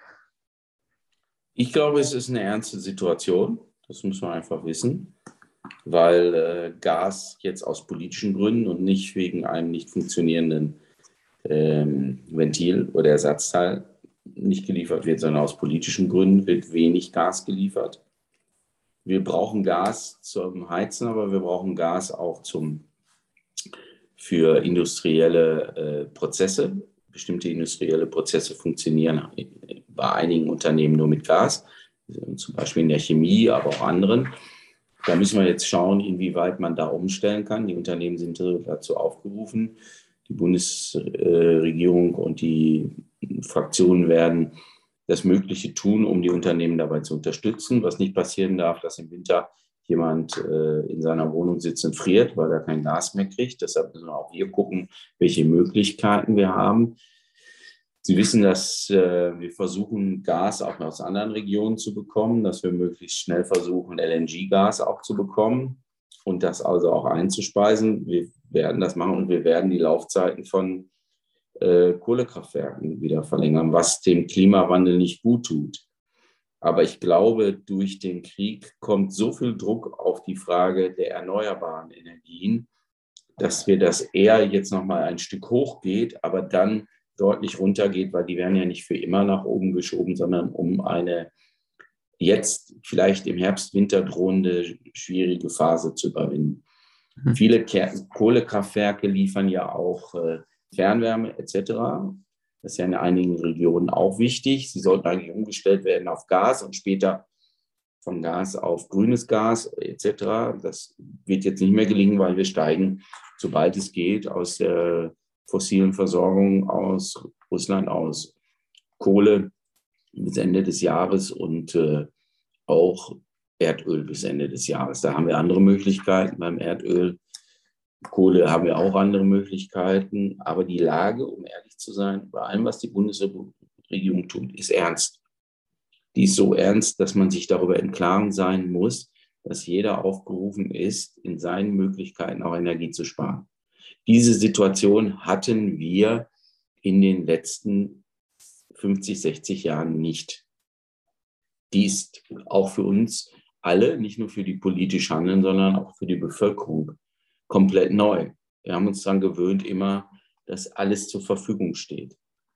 Ich glaube, es ist eine ernste Situation. Das muss man einfach wissen, weil Gas jetzt aus politischen Gründen und nicht wegen einem nicht funktionierenden Ventil oder Ersatzteil nicht geliefert wird, sondern aus politischen Gründen wird wenig Gas geliefert. Wir brauchen Gas zum Heizen, aber wir brauchen Gas auch für industrielle Prozesse. Bestimmte industrielle Prozesse funktionieren bei einigen Unternehmen nur mit Gas, zum Beispiel in der Chemie, aber auch anderen. Da müssen wir jetzt schauen, inwieweit man da umstellen kann. Die Unternehmen sind dazu aufgerufen. Die Bundesregierung und die Fraktionen werden das Mögliche tun, um die Unternehmen dabei zu unterstützen. Was nicht passieren darf, dass im Winter jemand in seiner Wohnung sitzt und friert, weil er kein Gas mehr kriegt. Deshalb müssen wir auch hier gucken, welche Möglichkeiten wir haben. Sie wissen, dass wir versuchen, Gas auch aus anderen Regionen zu bekommen, dass wir möglichst schnell versuchen, LNG-Gas auch zu bekommen und das also auch einzuspeisen. Wir werden das machen und wir werden die Laufzeiten von Kohlekraftwerken wieder verlängern, was dem Klimawandel nicht gut tut. Aber ich glaube, durch den Krieg kommt so viel Druck auf die Frage der erneuerbaren Energien, dass wir das eher jetzt noch mal ein Stück hochgeht, aber dann deutlich runtergeht, weil die werden ja nicht für immer nach oben geschoben, sondern um eine jetzt vielleicht im Herbst, Winter drohende schwierige Phase zu überwinden. Viele Kohlekraftwerke liefern ja auch Fernwärme etc. Das ist ja in einigen Regionen auch wichtig. Sie sollten eigentlich umgestellt werden auf Gas und später von Gas auf grünes Gas etc. Das wird jetzt nicht mehr gelingen, weil wir steigen, sobald es geht, aus der fossilen Versorgung aus Russland, aus Kohle bis Ende des Jahres und auch Erdöl bis Ende des Jahres. Da haben wir andere Möglichkeiten beim Erdöl. Kohle haben wir auch andere Möglichkeiten. Aber die Lage, um ehrlich zu sein, bei allem, was die Bundesregierung tut, ist ernst. Die ist so ernst, dass man sich darüber im Klaren sein muss, dass jeder aufgerufen ist, in seinen Möglichkeiten auch Energie zu sparen. Diese Situation hatten wir in den letzten 50, 60 Jahren nicht. Die ist auch für uns alle, nicht nur für die politisch Handelnden, sondern auch für die Bevölkerung komplett neu. Wir haben uns daran gewöhnt, immer, dass alles zur Verfügung steht.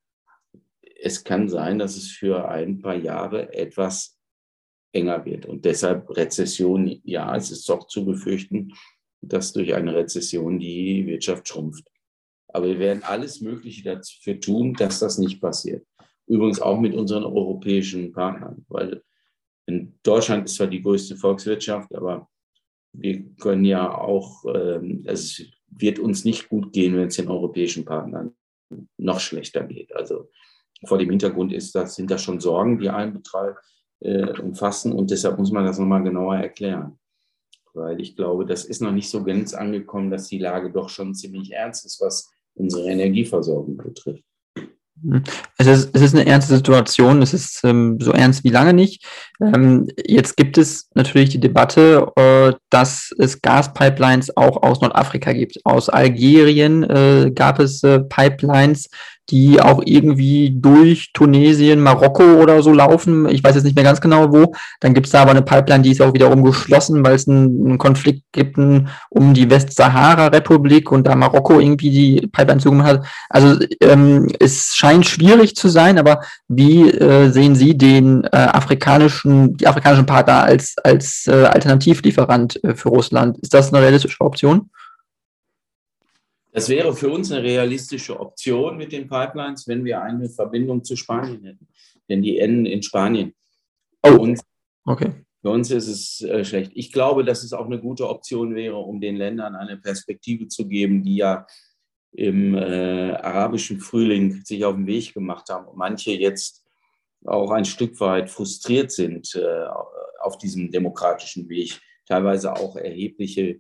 Es kann sein, dass es für ein paar Jahre etwas enger wird. Und deshalb Rezession, ja, es ist doch zu befürchten, dass durch eine Rezession die Wirtschaft schrumpft. Aber wir werden alles Mögliche dafür tun, dass das nicht passiert. Übrigens auch mit unseren europäischen Partnern, weil in Deutschland ist zwar die größte Volkswirtschaft, aber wir können ja auch, es wird uns nicht gut gehen, wenn es den europäischen Partnern noch schlechter geht. Also vor dem Hintergrund sind das schon Sorgen, die einen Betrag umfassen und deshalb muss man das nochmal genauer erklären. Weil ich glaube, das ist noch nicht so ganz angekommen, dass die Lage doch schon ziemlich ernst ist, was unsere Energieversorgung betrifft. Es ist eine ernste Situation, es ist so ernst wie lange nicht. Jetzt gibt es natürlich die Debatte, dass es Gaspipelines auch aus Nordafrika gibt. Aus Algerien gab es Pipelines, die auch irgendwie durch Tunesien, Marokko oder so laufen. Ich weiß jetzt nicht mehr ganz genau wo. Dann gibt es da aber eine Pipeline, die ist auch wiederum geschlossen, weil es einen Konflikt gibt um die Westsahara-Republik und da Marokko irgendwie die Pipeline zugemacht hat. Also es scheint schwierig zu sein, aber wie sehen Sie die afrikanischen Partner als Alternativlieferant für Russland? Ist das eine realistische Option? Das wäre für uns eine realistische Option mit den Pipelines, wenn wir eine Verbindung zu Spanien hätten. Denn die enden in Spanien. Okay. Für uns ist es schlecht. Ich glaube, dass es auch eine gute Option wäre, um den Ländern eine Perspektive zu geben, die ja im arabischen Frühling sich auf den Weg gemacht haben und manche jetzt auch ein Stück weit frustriert sind auf diesem demokratischen Weg, teilweise auch erhebliche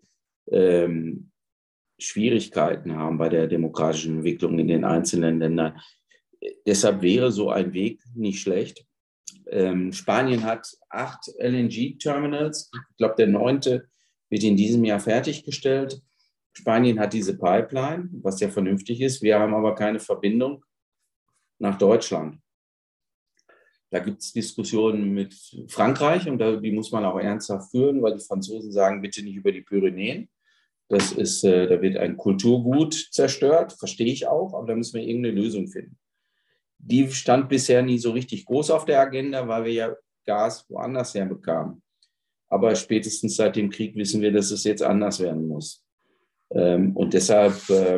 Schwierigkeiten haben bei der demokratischen Entwicklung in den einzelnen Ländern. Deshalb wäre so ein Weg nicht schlecht. Spanien hat 8 LNG-Terminals. Ich glaube, der 9. wird in diesem Jahr fertiggestellt. Spanien hat diese Pipeline, was ja vernünftig ist. Wir haben aber keine Verbindung nach Deutschland. Da gibt es Diskussionen mit Frankreich und die muss man auch ernsthaft führen, weil die Franzosen sagen, bitte nicht über die Pyrenäen. Da wird ein Kulturgut zerstört, verstehe ich auch, aber da müssen wir irgendeine Lösung finden. Die stand bisher nie so richtig groß auf der Agenda, weil wir ja Gas woanders herbekamen. Aber spätestens seit dem Krieg wissen wir, dass es jetzt anders werden muss. Und deshalb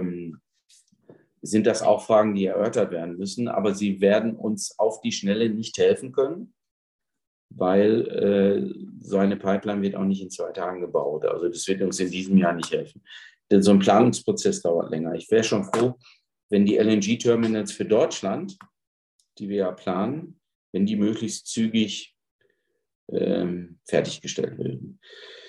sind das auch Fragen, die erörtert werden müssen, aber sie werden uns auf die Schnelle nicht helfen können, weil so eine Pipeline wird auch nicht in 2 Tagen gebaut. Also das wird uns in diesem Jahr nicht helfen. Denn so ein Planungsprozess dauert länger. Ich wäre schon froh, wenn die LNG-Terminals für Deutschland, die wir ja planen, wenn die möglichst zügig fertiggestellt werden.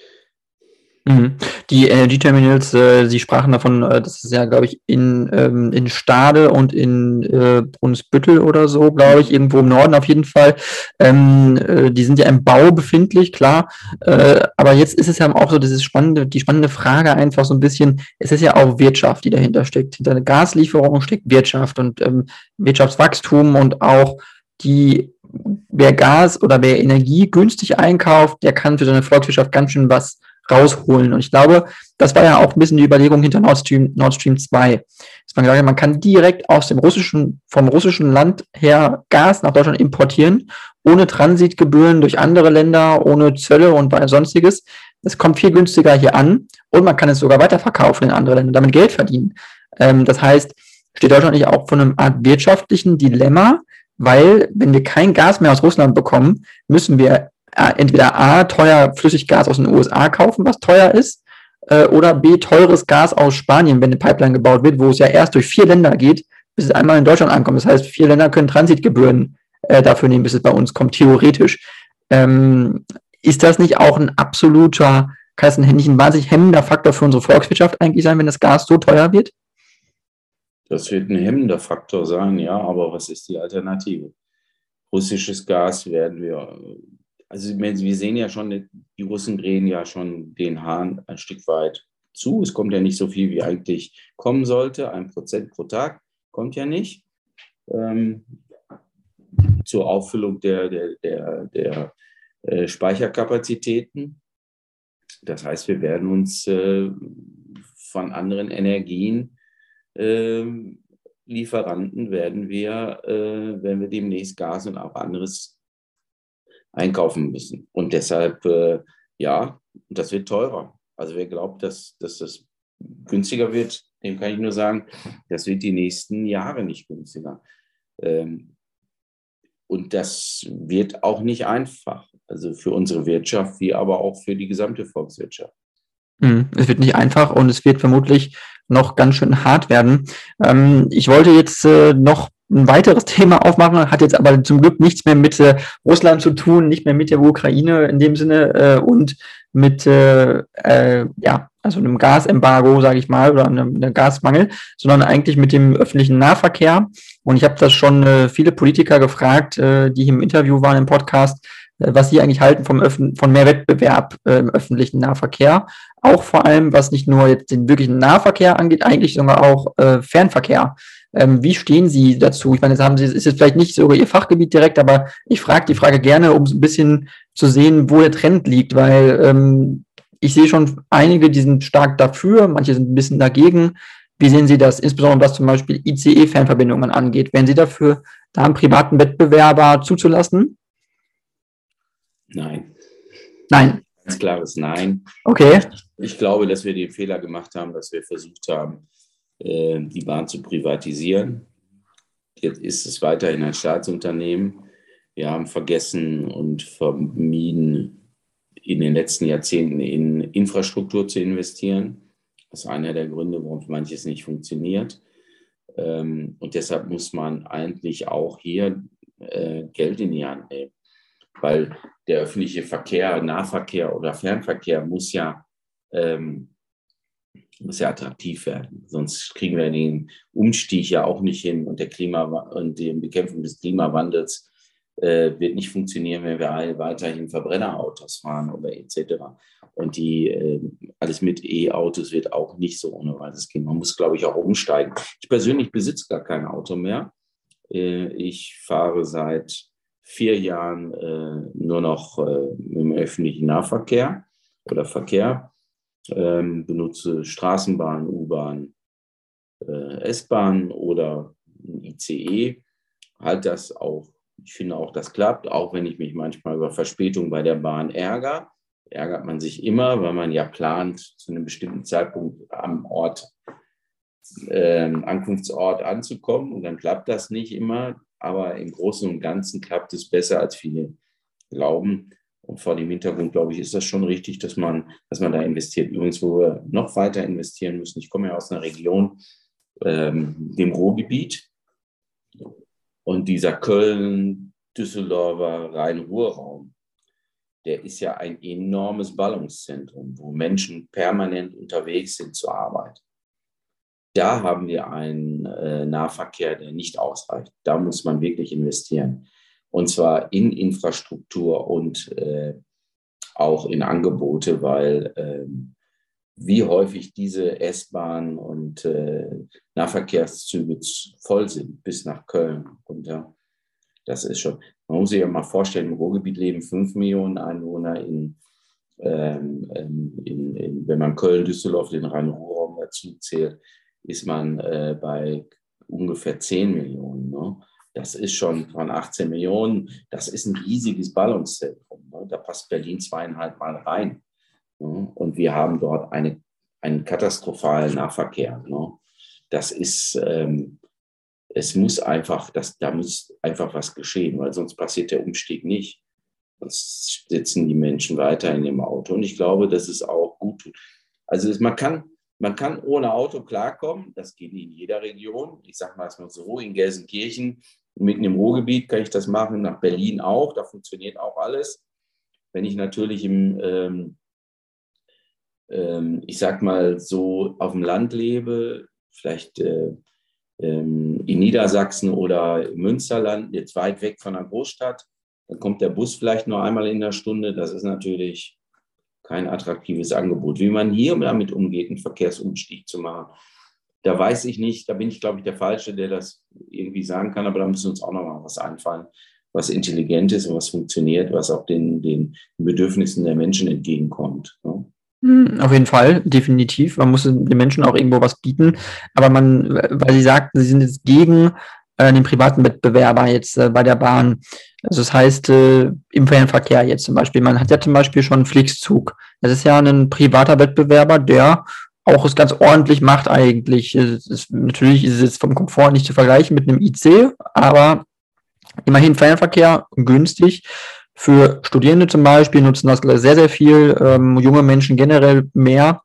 Die LNG-Terminals, Sie sprachen davon, das ist ja, glaube ich, in Stade und in Brunsbüttel oder so, glaube ich, irgendwo im Norden auf jeden Fall. Die sind ja im Bau befindlich, klar. Aber jetzt ist es ja auch so die spannende Frage einfach so ein bisschen, es ist ja auch Wirtschaft, die dahinter steckt. Hinter einer Gaslieferung steckt Wirtschaft und Wirtschaftswachstum und auch wer Gas oder wer Energie günstig einkauft, der kann für seine Volkswirtschaft ganz schön was rausholen. Und ich glaube, das war ja auch ein bisschen die Überlegung hinter Nord Stream 2. Dass man gesagt hat, man kann direkt vom russischen Land her Gas nach Deutschland importieren, ohne Transitgebühren durch andere Länder, ohne Zölle und sonstiges. Es kommt viel günstiger hier an und man kann es sogar weiterverkaufen in andere Länder, damit Geld verdienen. Das heißt, steht Deutschland nicht auch vor einem Art wirtschaftlichen Dilemma, weil wenn wir kein Gas mehr aus Russland bekommen, müssen wir entweder teuer Flüssiggas aus den USA kaufen, was teuer ist, oder teures Gas aus Spanien, wenn eine Pipeline gebaut wird, wo es ja erst durch 4 Länder geht, bis es einmal in Deutschland ankommt. Das heißt, 4 Länder können Transitgebühren dafür nehmen, bis es bei uns kommt, theoretisch. Ist das nicht auch ein absoluter, kann es nicht ein wahnsinnig hemmender Faktor für unsere Volkswirtschaft eigentlich sein, wenn das Gas so teuer wird? Das wird ein hemmender Faktor sein, ja, aber was ist die Alternative? Russisches Gas werden wir, also wir sehen ja schon, die Russen drehen ja schon den Hahn ein Stück weit zu. Es kommt ja nicht so viel, wie eigentlich kommen sollte. 1% pro Tag kommt ja nicht. Zur Auffüllung der Speicherkapazitäten. Das heißt, wir werden uns von anderen Energielieferanten werden wir demnächst Gas und auch anderes einkaufen müssen. Und deshalb, ja, das wird teurer. Also wer glaubt, dass das günstiger wird, dem kann ich nur sagen, das wird die nächsten Jahre nicht günstiger. Und das wird auch nicht einfach. Also für unsere Wirtschaft, wie aber auch für die gesamte Volkswirtschaft. Es wird nicht einfach und es wird vermutlich noch ganz schön hart werden. Ich wollte jetzt noch ein weiteres Thema aufmachen, hat jetzt aber zum Glück nichts mehr mit Russland zu tun, nicht mehr mit der Ukraine in dem Sinne und mit also einem Gasembargo, sage ich mal, oder einem Gasmangel, sondern eigentlich mit dem öffentlichen Nahverkehr. Und ich habe das schon viele Politiker gefragt, die im Interview waren im Podcast, was sie eigentlich halten von mehr Wettbewerb im öffentlichen Nahverkehr. Auch vor allem, was nicht nur jetzt den wirklichen Nahverkehr angeht, eigentlich sogar auch Fernverkehr. Wie stehen Sie dazu? Ich meine, ist jetzt vielleicht nicht so Ihr Fachgebiet direkt, aber ich frage die Frage gerne, um so ein bisschen zu sehen, wo der Trend liegt, weil ich sehe schon einige, die sind stark dafür, manche sind ein bisschen dagegen. Wie sehen Sie das, insbesondere was zum Beispiel ICE-Fernverbindungen angeht? Wären Sie dafür, da einen privaten Wettbewerber zuzulassen? Nein. Nein. Ganz klares Nein. Okay. Ich glaube, dass wir den Fehler gemacht haben, dass wir versucht haben, die Bahn zu privatisieren. Jetzt ist es weiterhin ein Staatsunternehmen. Wir haben vergessen und vermieden, in den letzten Jahrzehnten in Infrastruktur zu investieren. Das ist einer der Gründe, warum manches nicht funktioniert. Und deshalb muss man eigentlich auch hier Geld in die Hand nehmen. Weil der öffentliche Verkehr, Nahverkehr oder Fernverkehr muss ja attraktiv werden. Sonst kriegen wir den Umstieg ja auch nicht hin und die Bekämpfung des Klimawandels wird nicht funktionieren, wenn wir weiterhin Verbrennerautos fahren oder etc. Und alles mit E-Autos wird auch nicht so ohne weiteres gehen. Man muss, glaube ich, auch umsteigen. Ich persönlich besitze gar kein Auto mehr. Ich fahre seit 4 Jahren nur noch im öffentlichen Nahverkehr oder Verkehr, benutze Straßenbahn, U-Bahn, S-Bahn oder ICE. Halt das auch, ich finde auch, das klappt, auch wenn ich mich manchmal über Verspätung bei der Bahn ärgere. Ärgert man sich immer, weil man ja plant, zu einem bestimmten Zeitpunkt am Ankunftsort anzukommen und dann klappt das nicht immer. Aber im Großen und Ganzen klappt es besser, als viele glauben. Und vor dem Hintergrund, glaube ich, ist das schon richtig, dass man da investiert. Übrigens, wo wir noch weiter investieren müssen, ich komme ja aus einer Region, dem Ruhrgebiet. Und dieser Köln, Düsseldorfer, Rhein-Ruhr-Raum, der ist ja ein enormes Ballungszentrum, wo Menschen permanent unterwegs sind zur Arbeit. Da haben wir einen Nahverkehr, der nicht ausreicht. Da muss man wirklich investieren. Und zwar in Infrastruktur und auch in Angebote, weil wie häufig diese S-Bahn und Nahverkehrszüge voll sind bis nach Köln. Und das ist schon, man muss sich ja mal vorstellen, im Ruhrgebiet leben 5 Millionen Einwohner, in Wenn man Köln-Düsseldorf, den Rhein-Ruhr-Raum dazu zählt, ist man bei ungefähr 10 Millionen. Ne? Das ist schon von 18 Millionen, das ist ein riesiges Ballungszentrum. Ne? Da passt Berlin 2,5 Mal rein. Ne? Und wir haben dort einen katastrophalen Nahverkehr. Ne? Das ist, es muss einfach, da muss einfach was geschehen, weil sonst passiert der Umstieg nicht. Sonst sitzen die Menschen weiter in dem Auto. Und ich glaube, dass es auch gut tut. Also man kann ohne Auto klarkommen. Das geht in jeder Region. Ich sage mal so, in Gelsenkirchen, mitten im Ruhrgebiet kann ich das machen, nach Berlin auch. Da funktioniert auch alles. Wenn ich natürlich ich sag mal so, auf dem Land lebe, vielleicht in Niedersachsen oder im Münsterland, jetzt weit weg von der Großstadt, dann kommt der Bus vielleicht nur einmal in der Stunde. Das ist natürlich kein attraktives Angebot. Wie man hier damit umgeht, einen Verkehrsumstieg zu machen, da weiß ich nicht, da bin ich, glaube ich, der Falsche, der das irgendwie sagen kann, aber da müssen uns auch noch mal was einfallen, was intelligent ist und was funktioniert, was auch den Bedürfnissen der Menschen entgegenkommt. Ne? Auf jeden Fall, definitiv. Man muss den Menschen auch irgendwo was bieten. Aber weil Sie sagten, Sie sind jetzt gegen den privaten Wettbewerber jetzt bei der Bahn. Also das heißt, im Fernverkehr jetzt zum Beispiel. Man hat ja zum Beispiel schon Flixzug. Das ist ja ein privater Wettbewerber, der auch es ganz ordentlich macht eigentlich. Natürlich ist es jetzt vom Komfort nicht zu vergleichen mit einem IC, aber immerhin Fernverkehr günstig. Für Studierende zum Beispiel nutzen das sehr, sehr viel, junge Menschen generell mehr.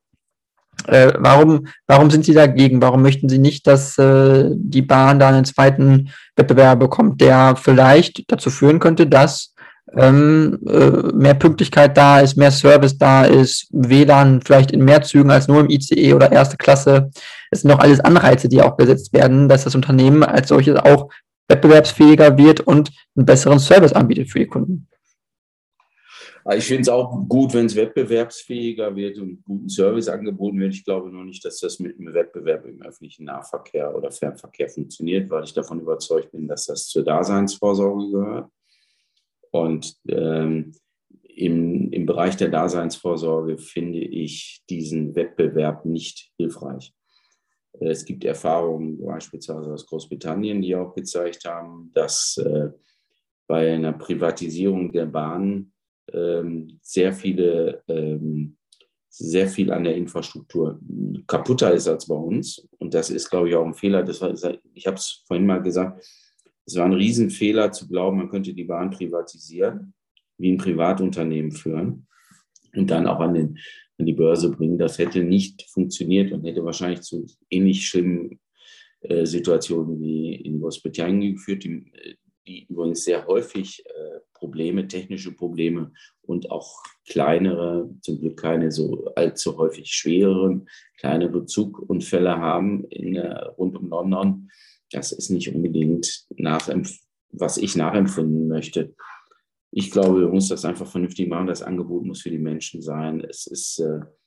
Warum sind Sie dagegen? Warum möchten Sie nicht, dass die Bahn da einen zweiten Wettbewerber bekommt, der vielleicht dazu führen könnte, dass mehr Pünktlichkeit da ist, mehr Service da ist, WLAN vielleicht in mehr Zügen als nur im ICE oder erste Klasse. Es sind doch alles Anreize, die auch gesetzt werden, dass das Unternehmen als solches auch wettbewerbsfähiger wird und einen besseren Service anbietet für die Kunden. Ich finde es auch gut, wenn es wettbewerbsfähiger wird und guten Service angeboten wird. Ich glaube noch nicht, dass das mit einem Wettbewerb im öffentlichen Nahverkehr oder Fernverkehr funktioniert, weil ich davon überzeugt bin, dass das zur Daseinsvorsorge gehört. Und im Bereich der Daseinsvorsorge finde ich diesen Wettbewerb nicht hilfreich. Es gibt Erfahrungen beispielsweise aus Großbritannien, die auch gezeigt haben, dass bei einer Privatisierung der Bahn sehr viel an der Infrastruktur kaputter ist als bei uns. Und das ist, glaube ich, auch ein Fehler. Ich habe es vorhin mal gesagt, es war ein Riesenfehler zu glauben, man könnte die Bahn privatisieren, wie ein Privatunternehmen führen und dann auch an die Börse bringen. Das hätte nicht funktioniert und hätte wahrscheinlich zu ähnlich schlimmen Situationen wie in Großbritannien geführt, die übrigens sehr häufig technische Probleme und auch kleinere, zum Glück keine so allzu häufig schwereren, kleinere Zugunfälle haben rund um London. Das ist nicht unbedingt was ich nachempfinden möchte. Ich glaube, wir müssen das einfach vernünftig machen. Das Angebot muss für die Menschen sein. Es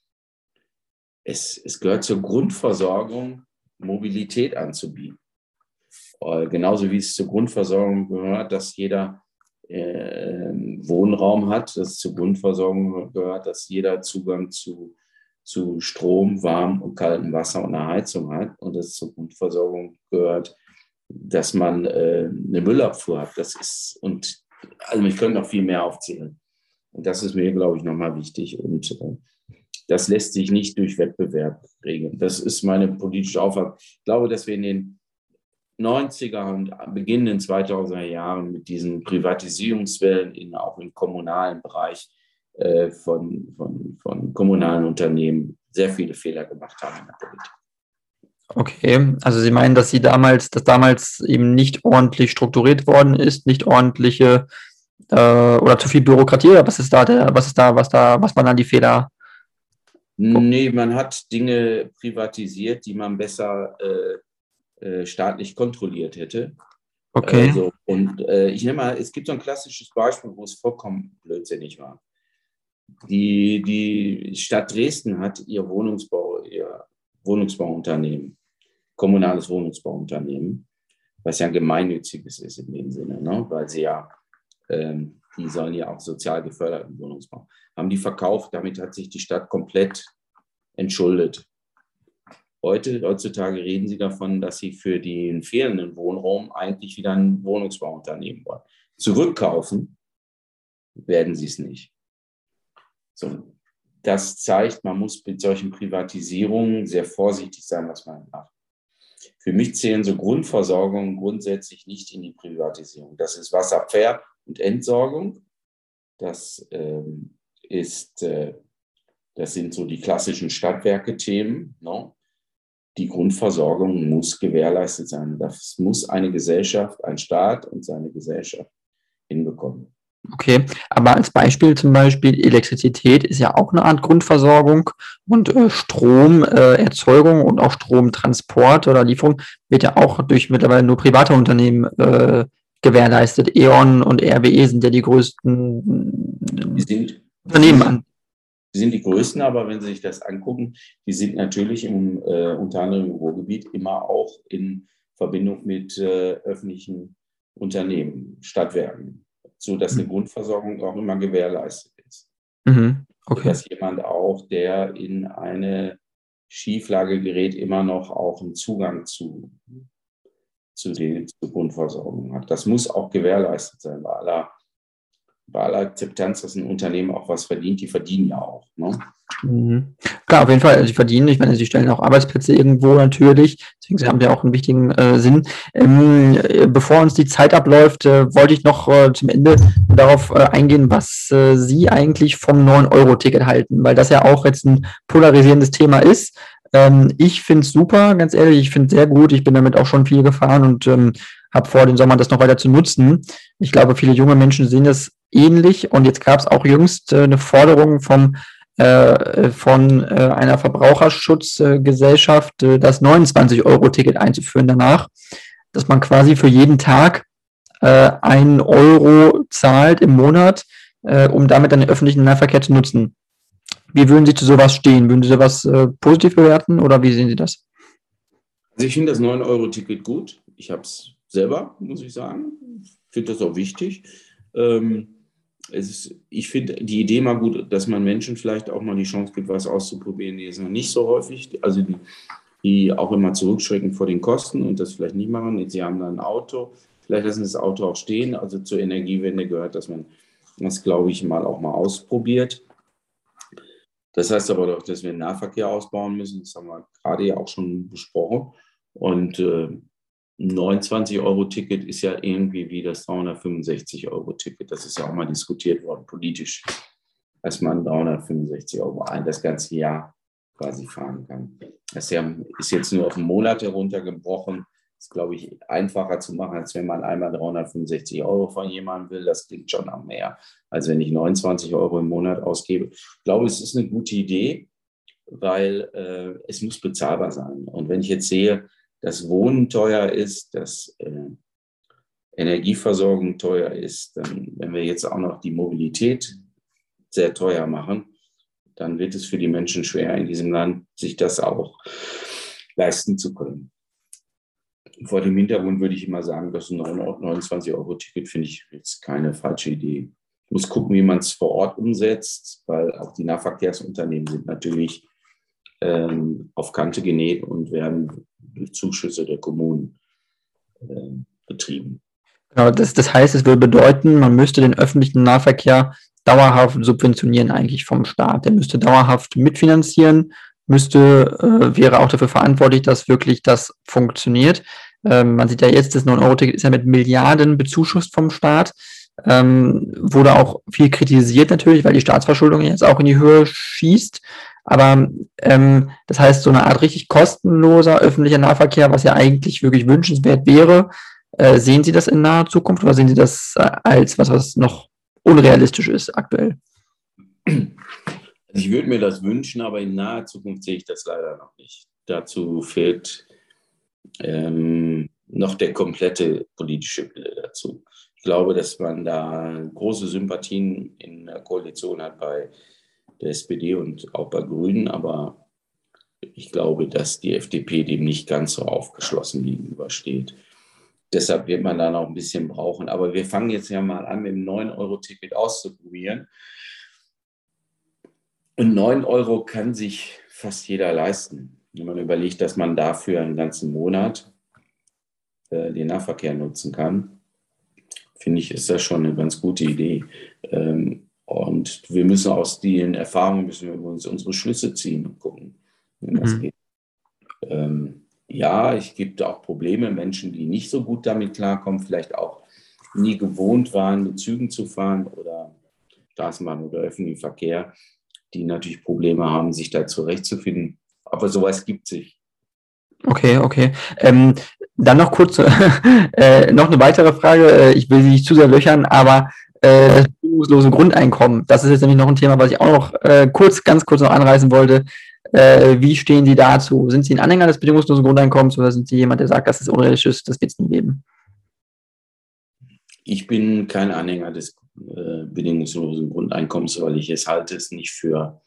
gehört zur Grundversorgung, Mobilität anzubieten. Genauso wie es zur Grundversorgung gehört, dass jeder Wohnraum hat, dass es zur Grundversorgung gehört, dass jeder Zugang zu Strom, warm und kaltem Wasser und eine Heizung hat und dass es zur Grundversorgung gehört, dass man eine Müllabfuhr hat. Also ich könnte noch viel mehr aufzählen. Und das ist mir, glaube ich, nochmal wichtig. Und das lässt sich nicht durch Wettbewerb regeln. Das ist meine politische Auffassung. Ich glaube, dass wir in den 90er und beginnenden 2000er Jahren mit diesen Privatisierungswellen auch im kommunalen Bereich von kommunalen Unternehmen sehr viele Fehler gemacht haben in der Politik. Okay, also Sie meinen, dass damals eben nicht ordentlich strukturiert worden ist, nicht ordentliche oder zu viel Bürokratie, oder was waren da die Fehler? Nee, man hat Dinge privatisiert, die man besser staatlich kontrolliert hätte. Okay. Ich nehme mal, es gibt so ein klassisches Beispiel, wo es vollkommen blödsinnig war. Die Stadt Dresden hat ihr Wohnungsbauunternehmen, kommunales Wohnungsbauunternehmen, was ja ein gemeinnütziges ist in dem Sinne, ne? Weil sie ja die sollen ja auch sozial geförderten Wohnungsbau, haben die verkauft. Damit hat sich die Stadt komplett entschuldet. Heutzutage reden sie davon, dass sie für den fehlenden Wohnraum eigentlich wieder ein Wohnungsbauunternehmen wollen. Zurückkaufen werden sie es nicht. So, das zeigt, man muss mit solchen Privatisierungen sehr vorsichtig sein, was man macht. Für mich zählen so Grundversorgungen grundsätzlich nicht in die Privatisierung. Das ist Wasserver- und Entsorgung. Das sind so die klassischen Stadtwerke-Themen. No? Die Grundversorgung muss gewährleistet sein. Das muss eine Gesellschaft, ein Staat und seine Gesellschaft hinbekommen. Okay, aber als Beispiel zum Beispiel Elektrizität ist ja auch eine Art Grundversorgung und Stromerzeugung und auch Stromtransport oder Lieferung wird ja auch durch mittlerweile nur private Unternehmen gewährleistet. E.ON und RWE sind ja die größten Unternehmen an. Die sind die größten, aber wenn Sie sich das angucken, die sind natürlich unter anderem im Ruhrgebiet immer auch in Verbindung mit öffentlichen Unternehmen, Stadtwerken, sodass eine Grundversorgung auch immer gewährleistet ist. Okay. Dass jemand auch, der in eine Schieflage gerät, immer noch auch einen Zugang zur Grundversorgung hat. Das muss auch gewährleistet sein bei aller Akzeptanz, dass ein Unternehmen auch was verdient. Die verdienen ja auch. Ne? Klar, auf jeden Fall. Also sie verdienen, ich meine, sie stellen auch Arbeitsplätze irgendwo natürlich. Deswegen haben sie auch einen wichtigen Sinn. Bevor uns die Zeit abläuft, wollte ich noch zum Ende darauf eingehen, was Sie eigentlich vom 9-Euro-Ticket halten, weil das ja auch jetzt ein polarisierendes Thema ist. Ich finde es super, ganz ehrlich, ich finde es sehr gut. Ich bin damit auch schon viel gefahren und habe vor, den Sommer das noch weiter zu nutzen. Ich glaube, viele junge Menschen sehen das ähnlich. Und jetzt gab es auch jüngst eine Forderung von einer Verbraucherschutzgesellschaft, das 29-Euro-Ticket einzuführen danach, dass man quasi für jeden Tag 1 Euro zahlt im Monat, um damit dann den öffentlichen Nahverkehr zu nutzen. Wie würden Sie zu sowas stehen? Würden Sie sowas positiv bewerten oder wie sehen Sie das? Also ich finde das 9-Euro-Ticket gut. Ich habe es selber, muss ich sagen. Ich finde das auch wichtig. Ich finde die Idee mal gut, dass man Menschen vielleicht auch mal die Chance gibt, was auszuprobieren, die ist noch nicht so häufig, also die auch immer zurückschrecken vor den Kosten und das vielleicht nicht machen. Sie haben dann ein Auto, vielleicht lassen das Auto auch stehen. Also zur Energiewende gehört, dass man das, glaube ich, auch mal ausprobiert. Das heißt aber doch, dass wir den Nahverkehr ausbauen müssen. Das haben wir gerade ja auch schon besprochen. Und 29-Euro-Ticket ist ja irgendwie wie das 365-Euro-Ticket. Das ist ja auch mal diskutiert worden, politisch, dass man 365 Euro das ganze Jahr quasi fahren kann. Das ist jetzt nur auf einen Monat heruntergebrochen. Das ist, glaube ich, einfacher zu machen, als wenn man einmal 365 Euro von jemandem will. Das klingt schon am mehr, als wenn ich 29 Euro im Monat ausgebe. Ich glaube, es ist eine gute Idee, weil es muss bezahlbar sein. Und wenn ich jetzt sehe, dass Wohnen teuer ist, dass Energieversorgung teuer ist, dann, wenn wir jetzt auch noch die Mobilität sehr teuer machen, dann wird es für die Menschen schwer in diesem Land, sich das auch leisten zu können. Vor dem Hintergrund würde ich immer sagen, dass ein 29-Euro-Ticket finde ich jetzt keine falsche Idee. Ich muss gucken, wie man es vor Ort umsetzt, weil auch die Nahverkehrsunternehmen sind natürlich auf Kante genäht und werden durch Zuschüsse der Kommunen betrieben. Genau, das heißt, es würde bedeuten, man müsste den öffentlichen Nahverkehr dauerhaft subventionieren eigentlich vom Staat. Der müsste dauerhaft mitfinanzieren, wäre auch dafür verantwortlich, dass wirklich das funktioniert. Man sieht ja jetzt, das 9-Euro-Ticket ist ja mit Milliarden bezuschusst vom Staat. Wurde auch viel kritisiert natürlich, weil die Staatsverschuldung jetzt auch in die Höhe schießt. Aber das heißt, so eine Art richtig kostenloser öffentlicher Nahverkehr, was ja eigentlich wirklich wünschenswert wäre, sehen Sie das in naher Zukunft oder sehen Sie das als was noch unrealistisch ist aktuell? Also ich würde mir das wünschen, aber in naher Zukunft sehe ich das leider noch nicht. Dazu fehlt noch der komplette politische Wille dazu. Ich glaube, dass man da große Sympathien in der Koalition hat bei der SPD und auch bei Grünen, aber ich glaube, dass die FDP dem nicht ganz so aufgeschlossen gegenübersteht. Deshalb wird man da noch ein bisschen brauchen. Aber wir fangen jetzt ja mal an, mit dem 9-Euro-Ticket auszuprobieren. Und 9 Euro kann sich fast jeder leisten. Wenn man überlegt, dass man dafür einen ganzen Monat den Nahverkehr nutzen kann, finde ich, ist das schon eine ganz gute Idee. Und wir müssen aus den Erfahrungen unsere Schlüsse ziehen und gucken, wie das geht. Ja, es gibt auch Probleme, Menschen, die nicht so gut damit klarkommen, vielleicht auch nie gewohnt waren, mit Zügen zu fahren oder Straßenbahn oder öffentlichen Verkehr, die natürlich Probleme haben, sich da zurechtzufinden. Aber sowas gibt es. Okay. Dann noch kurz noch eine weitere Frage. Ich will Sie nicht zu sehr löchern, aber das bedingungslose Grundeinkommen, das ist jetzt nämlich noch ein Thema, was ich auch noch ganz kurz noch anreißen wollte. Wie stehen Sie dazu? Sind Sie ein Anhänger des bedingungslosen Grundeinkommens oder sind Sie jemand, der sagt, das ist unrealistisch, das wird es nie geben? Ich bin kein Anhänger des bedingungslosen Grundeinkommens, weil ich halte es nicht für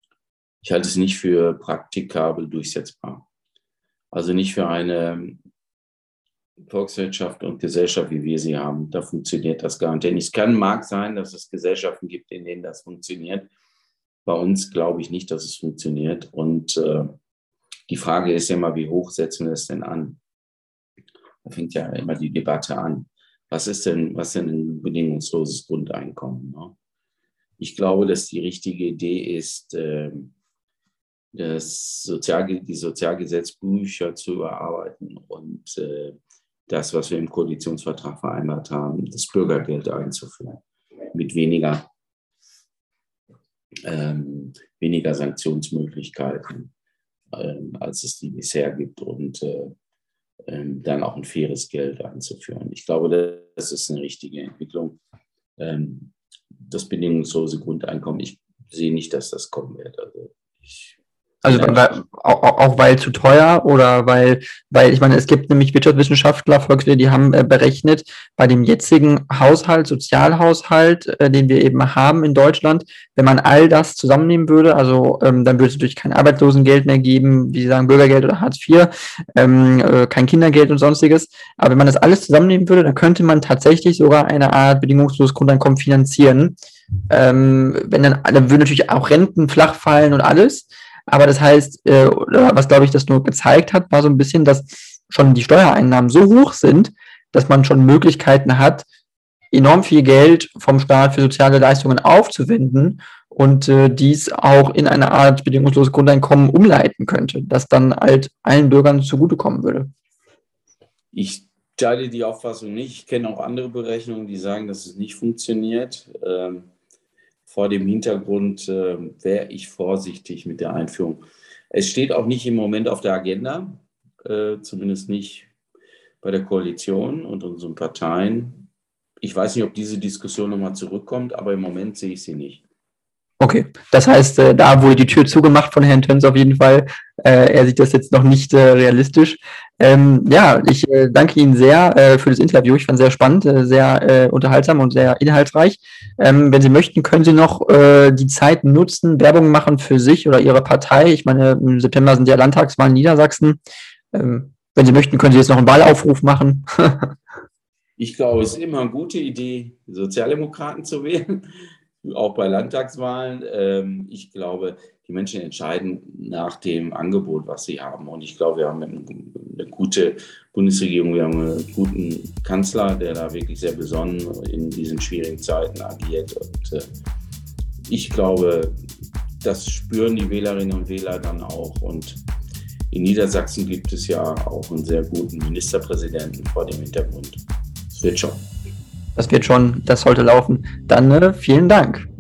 praktikabel durchsetzbar. Also nicht für eine Volkswirtschaft und Gesellschaft, wie wir sie haben. Da funktioniert das garantiert nicht. Es mag sein, dass es Gesellschaften gibt, in denen das funktioniert. Bei uns glaube ich nicht, dass es funktioniert. Und die Frage ist ja immer, wie hoch setzen wir es denn an? Da fängt ja immer die Debatte an. Was ist denn ein bedingungsloses Grundeinkommen? Ne? Ich glaube, dass die richtige Idee ist, die Sozialgesetzbücher zu überarbeiten und das, was wir im Koalitionsvertrag vereinbart haben, das Bürgergeld einzuführen, mit weniger Sanktionsmöglichkeiten, als es die bisher gibt und dann auch ein faires Geld einzuführen. Ich glaube, das ist eine richtige Entwicklung. Das bedingungslose Grundeinkommen, ich sehe nicht, dass das kommen wird. Also auch weil zu teuer oder weil ich meine, es gibt nämlich Wirtschaftswissenschaftler, Volkswirte, die haben berechnet, bei dem jetzigen Sozialhaushalt, den wir eben haben in Deutschland, wenn man all das zusammennehmen würde, also dann würde es natürlich kein Arbeitslosengeld mehr geben, wie Sie sagen, Bürgergeld oder Hartz IV, kein Kindergeld und sonstiges. Aber wenn man das alles zusammennehmen würde, dann könnte man tatsächlich sogar eine Art bedingungsloses Grundeinkommen finanzieren. Dann würden natürlich auch Renten flach fallen und alles. Aber das heißt, was glaube ich das nur gezeigt hat, war so ein bisschen, dass schon die Steuereinnahmen so hoch sind, dass man schon Möglichkeiten hat, enorm viel Geld vom Staat für soziale Leistungen aufzuwenden und dies auch in eine Art bedingungsloses Grundeinkommen umleiten könnte, das dann halt allen Bürgern zugutekommen würde. Ich teile die Auffassung nicht. Ich kenne auch andere Berechnungen, die sagen, dass es nicht funktioniert. Vor dem Hintergrund wäre ich vorsichtig mit der Einführung. Es steht auch nicht im Moment auf der Agenda, zumindest nicht bei der Koalition und unseren Parteien. Ich weiß nicht, ob diese Diskussion nochmal zurückkommt, aber im Moment sehe ich sie nicht. Okay, das heißt, da wurde die Tür zugemacht von Herrn Töns auf jeden Fall. Er sieht das jetzt noch nicht realistisch. Ich danke Ihnen sehr für das Interview. Ich fand es sehr spannend, sehr unterhaltsam und sehr inhaltsreich. Wenn Sie möchten, können Sie noch die Zeit nutzen, Werbung machen für sich oder Ihre Partei. Ich meine, im September sind ja Landtagswahlen in Niedersachsen. Wenn Sie möchten, können Sie jetzt noch einen Wahlaufruf machen. Ich glaube, es ist immer eine gute Idee, Sozialdemokraten zu wählen. Auch bei Landtagswahlen. Ich glaube, die Menschen entscheiden nach dem Angebot, was sie haben. Und ich glaube, wir haben eine gute Bundesregierung, wir haben einen guten Kanzler, der da wirklich sehr besonnen in diesen schwierigen Zeiten agiert. Und ich glaube, das spüren die Wählerinnen und Wähler dann auch. Und in Niedersachsen gibt es ja auch einen sehr guten Ministerpräsidenten vor dem Hintergrund. Das wird schon. Das sollte laufen. Dann vielen Dank.